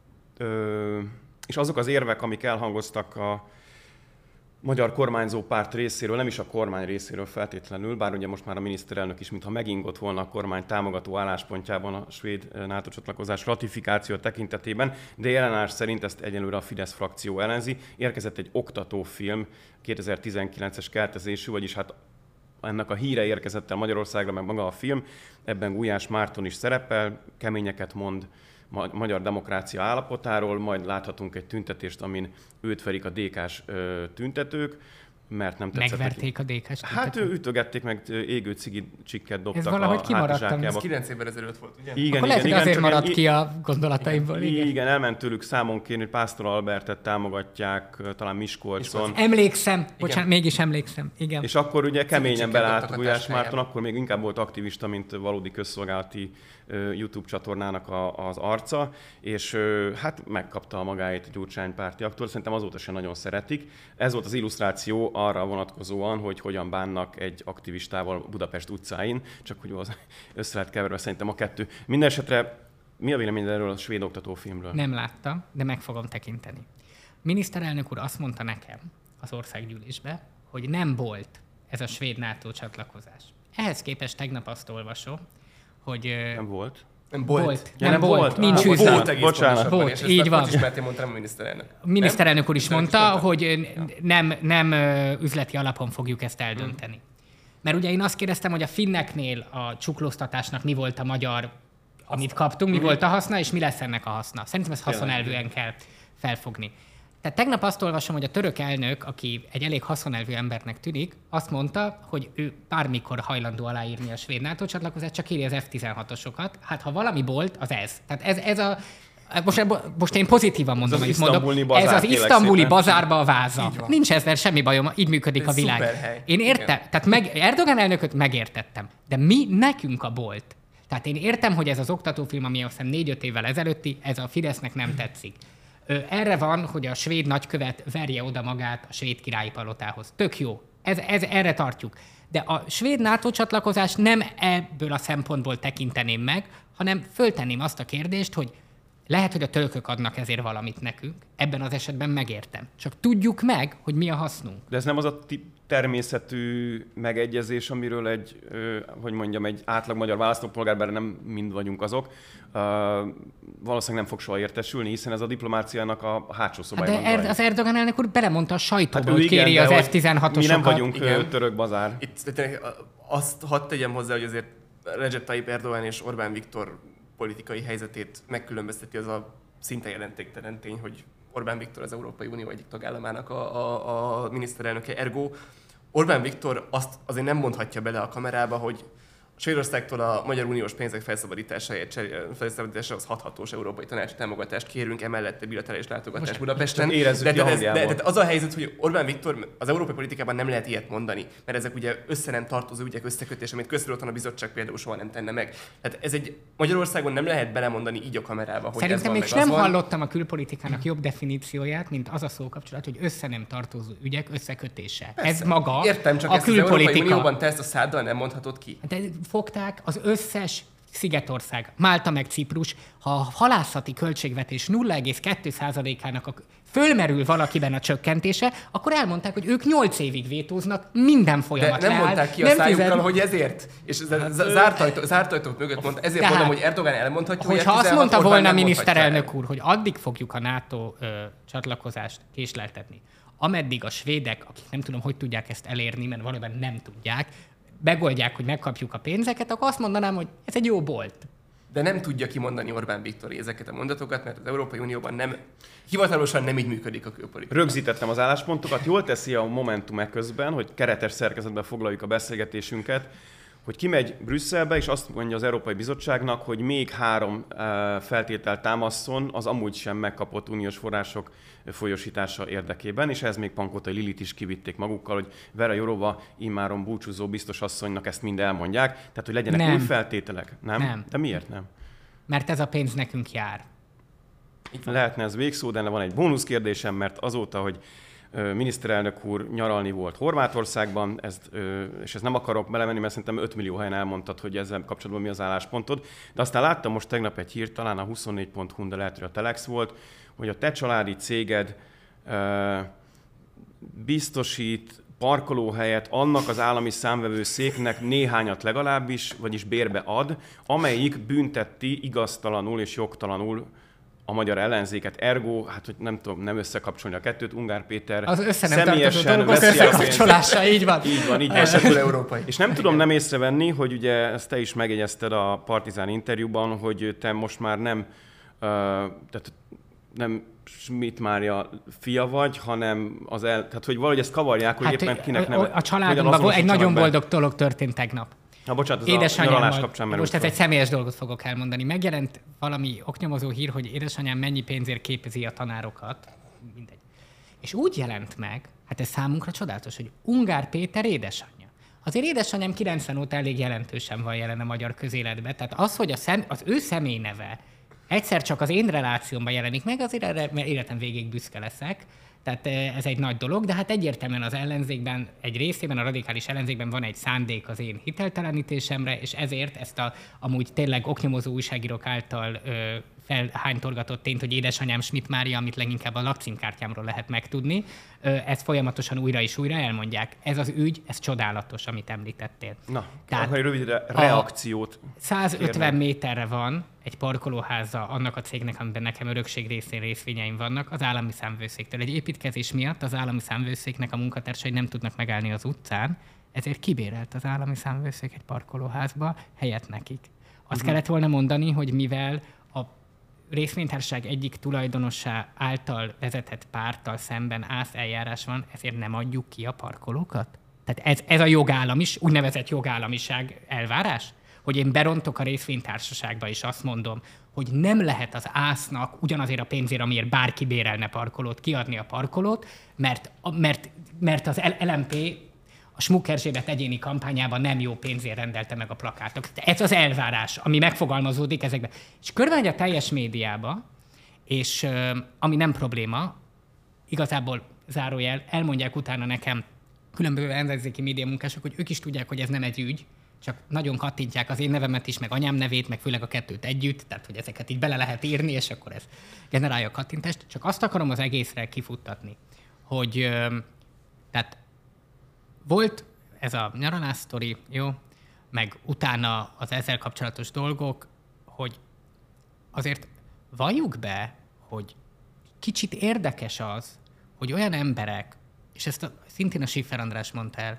És azok az érvek, amik elhangoztak a magyar kormányzó párt részéről, nem is a kormány részéről feltétlenül, bár ugye most már a miniszterelnök is, mintha megingott volna a kormány támogató álláspontjában a svéd NATO csatlakozás ratifikáció tekintetében, de jelenállás szerint ezt egyelőre a Fidesz frakció ellenzi. Érkezett egy oktatófilm, 2019-es keltezésű, vagyis hát ennek a híre érkezett el Magyarországra, meg maga a film. Ebben Gulyás Márton is szerepel, keményeket mond magyar demokrácia állapotáról, majd láthatunk egy tüntetést, amin őt verik a DK-s tüntetők, mert nem tetszett. Megverték a DK-s tüntetők? Hát ütögették meg, égő cigi csikket dobtak. Ez valahogy kimaradtam. Ez 9 évvel ezelőtt volt, ugye? Igen, akkor lehet, hogy azért maradt ki a gondolataimból. Igen, elment tőlük számon kérni, hogy Pásztor Albertet támogatják, talán Miskolcon. Emlékszem, bocsánat, mégis emlékszem. Igen. És akkor ugye keményen beleállt Gulyás Márton, akkor még inkább volt aktivista, mint valódi közszolgálati YouTube csatornának az arca, és hát megkapta a magáét a Gyurcsány pártiaktól. Szerintem azóta sem nagyon szeretik. Ez volt az illusztráció arra vonatkozóan, hogy hogyan bánnak egy aktivistával Budapest utcáin, csak hogy össze lehet keverve szerintem a kettő. Mindenesetre mi a véleményed erről a svéd oktatófilmről? Nem láttam, de meg fogom tekinteni. Miniszterelnök úr azt mondta nekem az országgyűlésbe, hogy nem volt ez a svéd NATO csatlakozás. Ehhez képest tegnap azt olvasom, hogy... Nem volt? Nem volt. Nem volt. Nincs üzlet. Bocsánat. Volt, így van. Mondtam a miniszterelnök. A miniszterelnök úr is mondta, hogy nem üzleti alapon fogjuk ezt eldönteni. Mert ugye én azt kérdeztem, hogy a finneknél a csuklóztatásnak mi volt a magyar, amit kaptunk, mi volt a haszna, és mi lesz ennek a haszna. Szerintem ezt haszonelvűen kell felfogni. Tehát tegnap azt olvasom, hogy a török elnök, aki egy elég haszonelvű embernek tűnik, azt mondta, hogy ő bármikor hajlandó aláírni a svéd NATO csatlakozást, csak írja az F-16-osokat. Hát ha valami volt, az ez. Tehát ez a... Most én pozitívan mondom, hogy mondom. Ez az isztambuli bazárba a váza. Nincs ezzel semmi bajom, így működik a világ. Én értem, tehát Erdogan elnököt megértettem, de mi nekünk a bolt? Tehát én értem, hogy ez az oktatófilm, ami azt hiszem 4-5 évvel ezelőtti, ez a Fidesznek nem tetszik. Erre van, hogy a svéd nagykövet verje oda magát a svéd királyi palotához. Tök jó. Erre tartjuk. De a svéd NATO csatlakozás nem ebből a szempontból tekinteném meg, hanem föltenném azt a kérdést, hogy lehet, hogy a törökök adnak ezért valamit nekünk. Ebben az esetben megértem. Csak tudjuk meg, hogy mi a hasznunk. De ez nem az a természetű megegyezés, amiről egy átlag magyar választópolgár, bár nem mind vagyunk azok, valószínűleg nem fog soha értesülni, hiszen ez a diplomáciának a hátsó szobájában zajlik. De az Erdogan elnök úr belemondta a sajtóba, hogy kéri az F-16-osokat. Mi nem vagyunk török bazár. Itt azt hadd tegyem hozzá, hogy azért Recep Tayyip Erdogan és Orbán Viktor politikai helyzetét megkülönbözteti az a szinte jelentéktelen tény, hogy Orbán Viktor az Európai Unió egyik tagállamának a miniszterelnöke, ergo Orbán Viktor azt azért nem mondhatja bele a kamerába, hogy Svédországtól a Magyar Uniós pénzek felszabadításához 6 hatós európai tanácsi támogatást kérünk, emellett bilaterális látogatást Budapesten. De az a helyzet, hogy Orbán Viktor az európai politikában nem lehet ilyet mondani, mert ezek ugye össze nem tartozó ügyek összekötés, amit köztudottan a bizottság például soha nem tenne meg. Tehát ez egy Magyarországon nem lehet belemondani így a kamerába, hogy szerintem ez még nem hallottam a külpolitikának jobb definícióját, mint az a szókapcsolat, hogy össze nem tartozó ügyek összekötése. Persze. Ez maga értem, csak a külpolitika. Az Európai Unióban te ezt a száddal nem mondhatod ki. De fogták az összes szigetország, Málta meg Ciprus, ha a halászati költségvetés 0,2%-ának fölmerül valakiben a csökkentése, akkor elmondták, hogy ők 8 évig vétóznak, minden folyamat de nem mondták ki a szájukkal, hogy ezért. És zárt ajtók mögött mondta, ezért tehát, mondom, hogy Erdogan elmondhatja, hogy ha azt mondta volna miniszterelnök úr, hogy addig fogjuk a NATO csatlakozást késleltetni, ameddig a svédek, akik nem tudom, hogy tudják ezt elérni, mert valójában nem tudják, megoldják, hogy megkapjuk a pénzeket, akkor azt mondanám, hogy ez egy jó bolt. De nem tudja kimondani Orbán Viktor ezeket a mondatokat, mert az Európai Unióban hivatalosan nem így működik a külpolitika. Rögzítettem az álláspontokat. Jól teszi a Momentum eközben, hogy keretes szerkezetben foglaljuk a beszélgetésünket, hogy kimegy Brüsszelbe, és azt mondja az Európai Bizottságnak, hogy még 3 feltételt támaszon az amúgy sem megkapott uniós források folyósítása érdekében, és ez még Pankotai Lilit is kivitték magukkal, hogy Vera Jourova immáron búcsúzó biztos asszonynak ezt mind elmondják, tehát hogy legyenek új feltételek. Nem? De miért nem? Mert ez a pénz nekünk jár. Lehetne ez végszó, de van egy bónuszkérdésem, mert azóta, hogy miniszterelnök úr nyaralni volt Horvátországban, és ezt nem akarok belemenni, mert szerintem 5 millió helyen elmondtad, hogy ezzel kapcsolatban mi az álláspontod. De aztán láttam most tegnap egy hírt, talán a 24.hu-n, de lehet, hogy a Telex volt, hogy a te családi céged biztosít parkolóhelyet annak az állami számvevőszéknek néhányat legalábbis, vagyis bérbe ad, amelyik bünteti igaztalanul és jogtalanul a magyar ellenzéket. Ergo, hát hogy nem tudom, nem összekapcsolni a kettőt, Ungár Péter az személyesen veszi a pénzt. Így van. Így van. És nem tudom nem észrevenni, hogy ugye ezt te is megjegyezted a Partizán interjúban, hogy te most már nem Schmidt Mária fia vagy, hanem tehát hogy valahogy ezt kavarják, hogy éppen kinek nem. A családunkban egy nagyon boldog dolog történt tegnap. Bocsánat, ez a nyaralás kapcsán merült. Most ez egy személyes dolgot fogok elmondani. Megjelent valami oknyomozó hír, hogy édesanyám mennyi pénzért képezi a tanárokat. Mindegy. És úgy jelent meg, hát ez számunkra csodálatos, hogy Ungár Péter édesanyja. Azért édesanyám 90 óta elég jelentősen van jelen a magyar közéletben. Tehát az, hogy az ő személyneve egyszer csak az én relációmban jelenik meg, azért erre életem végig büszke leszek. Tehát ez egy nagy dolog, de hát egyértelműen az ellenzékben, egy részében, a radikális ellenzékben van egy szándék az én hiteltelenítésemre, és ezért ezt amúgy tényleg oknyomozó újságírók által felhánytorgatott tényt, hogy édesanyám Schmidt Mária, amit leginkább a lakcímkártyámról lehet megtudni, ezt folyamatosan újra és újra elmondják. Ez az ügy, ez csodálatos, amit említettél. Na, tehát egy rövid reakciót. 150 méterre van egy parkolóháza annak a cégnek, amiben nekem örökség részén részvényeim vannak, az állami számvőszéktől. Egy építkezés miatt az állami számvőszéknek a munkatársai nem tudnak megállni az utcán, ezért kibérelt az állami számvőszék egy parkolóházba helyet nekik. Azt kellett volna mondani, hogy mivel a részvénytársaság egyik tulajdonosa által vezetett párttal szemben ász eljárás van, ezért nem adjuk ki a parkolókat? Tehát ez a jogállamis, úgynevezett jogállamiság elvárás? Hogy én berontok a részvénytársaságba, és azt mondom, hogy nem lehet az ásznak ugyanazért a pénzért, amiért bárki bérelne parkolót, kiadni a parkolót, mert az LMP a Smuk Erzsébet egyéni kampányában nem jó pénzért rendelte meg a plakátok. Ez az elvárás, ami megfogalmazódik ezekben. És körbemegy a teljes médiába, És ami nem probléma, igazából zárójel, elmondják utána nekem különböző ellenzéki média munkások, hogy ők is tudják, hogy ez nem egy ügy, csak nagyon kattintják az én nevemet is, meg anyám nevét, meg főleg a kettőt együtt, tehát hogy ezeket így bele lehet írni, és akkor ez generálja a kattintást. Csak azt akarom az egészre kifuttatni, hogy tehát volt ez a nyaralás sztori, jó, meg utána az ezzel kapcsolatos dolgok, hogy azért valljuk be, hogy kicsit érdekes az, hogy olyan emberek, és ezt szintén a Schiffer András mondta el,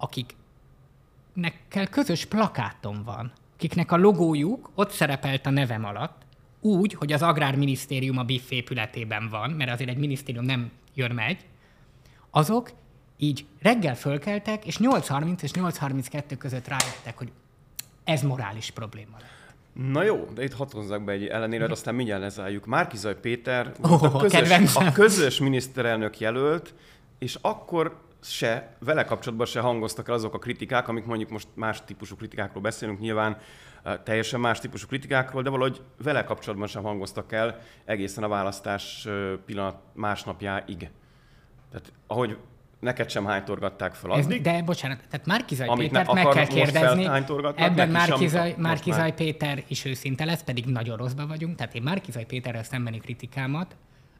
akiknek közös plakátom van, akiknek a logójuk ott szerepelt a nevem alatt, úgy, hogy az Agrárminisztérium a BIF épületében van, mert azért egy minisztérium nem jön-megy, azok így reggel fölkeltek, és 8:30 és 8:32 között rájöttek, hogy ez morális probléma. Na jó, de itt hatozzak be egy ellenére, aztán mindjárt lezárjuk. Márki-Zay Péter a közös miniszterelnök jelölt, és akkor vele kapcsolatban se hangoztak el azok a kritikák, amik mondjuk most más típusú kritikákról beszélünk, nyilván teljesen más típusú kritikákról, de valahogy vele kapcsolatban sem hangoztak el egészen a választás pillanat másnapjáig. Tehát ahogy neked sem hánytorgatták fel addig. De bocsánat, tehát Márki-Zay Pétert meg kell kérdezni, ebben Márki-Zay Péter is őszinte lesz, pedig nagyon rosszban vagyunk, tehát én Márki-Zay Péterrel szembeni kritikámat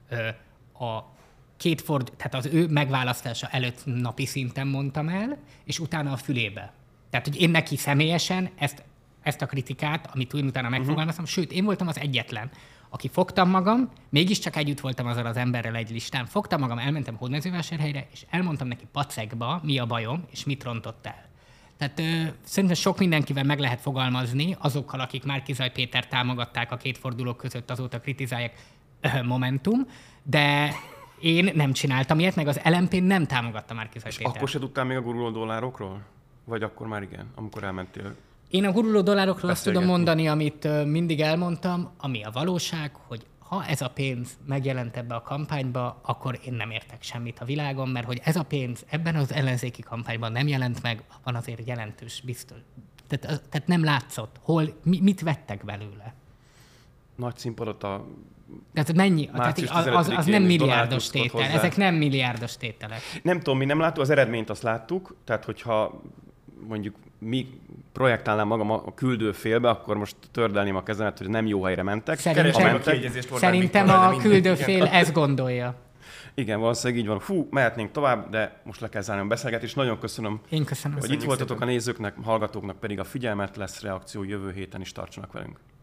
tehát az ő megválasztása előtt napi szinten mondtam el, és utána a fülébe. Tehát, hogy én neki személyesen ezt a kritikát, amit utána megfogalmaztam, sőt, én voltam az egyetlen, aki fogtam magam, mégiscsak együtt voltam azzal az emberrel egy listán, fogtam magam, elmentem Hódmezővásárhelyre, és elmondtam neki pacekba, mi a bajom, és mit rontott el. Tehát szerintem sok mindenkivel meg lehet fogalmazni, azokkal, akik Márki-Zay Pétert támogatták a két fordulók között, azóta kritizálják Momentum, de én nem csináltam ilyet, meg az LMP nem támogatta Márki-Zay Pétert. És akkor se tudtál még a guruló dollárokról? Vagy akkor már igen, amikor elmentél? Én a guruló dollárokról azt tudom mondani, amit mindig elmondtam, ami a valóság, hogy ha ez a pénz megjelent ebbe a kampányba, akkor én nem értek semmit a világon, mert hogy ez a pénz ebben az ellenzéki kampányban nem jelent meg, van azért jelentős biztos. Tehát nem látszott, mit vettek belőle. Nagy színpadot tehát mennyi? Az nem milliárdos tétel. Ezek nem milliárdos tételek. Nem tudom, mi nem láttuk, az eredményt azt láttuk, tehát hogyha mondjuk mi projektálnám magam a küldő félbe, akkor most tördelném a kezemet, hogy nem jó helyre mentek. Szerintem a küldő fél ezt gondolja. Igen, valószínűleg így van. Mehetnénk tovább, de most le kell zárni a beszélgetést. Nagyon köszönöm, hogy itt voltatok a nézőknek, hallgatóknak pedig a figyelmet, lesz reakció jövő héten is, tartsanak velünk.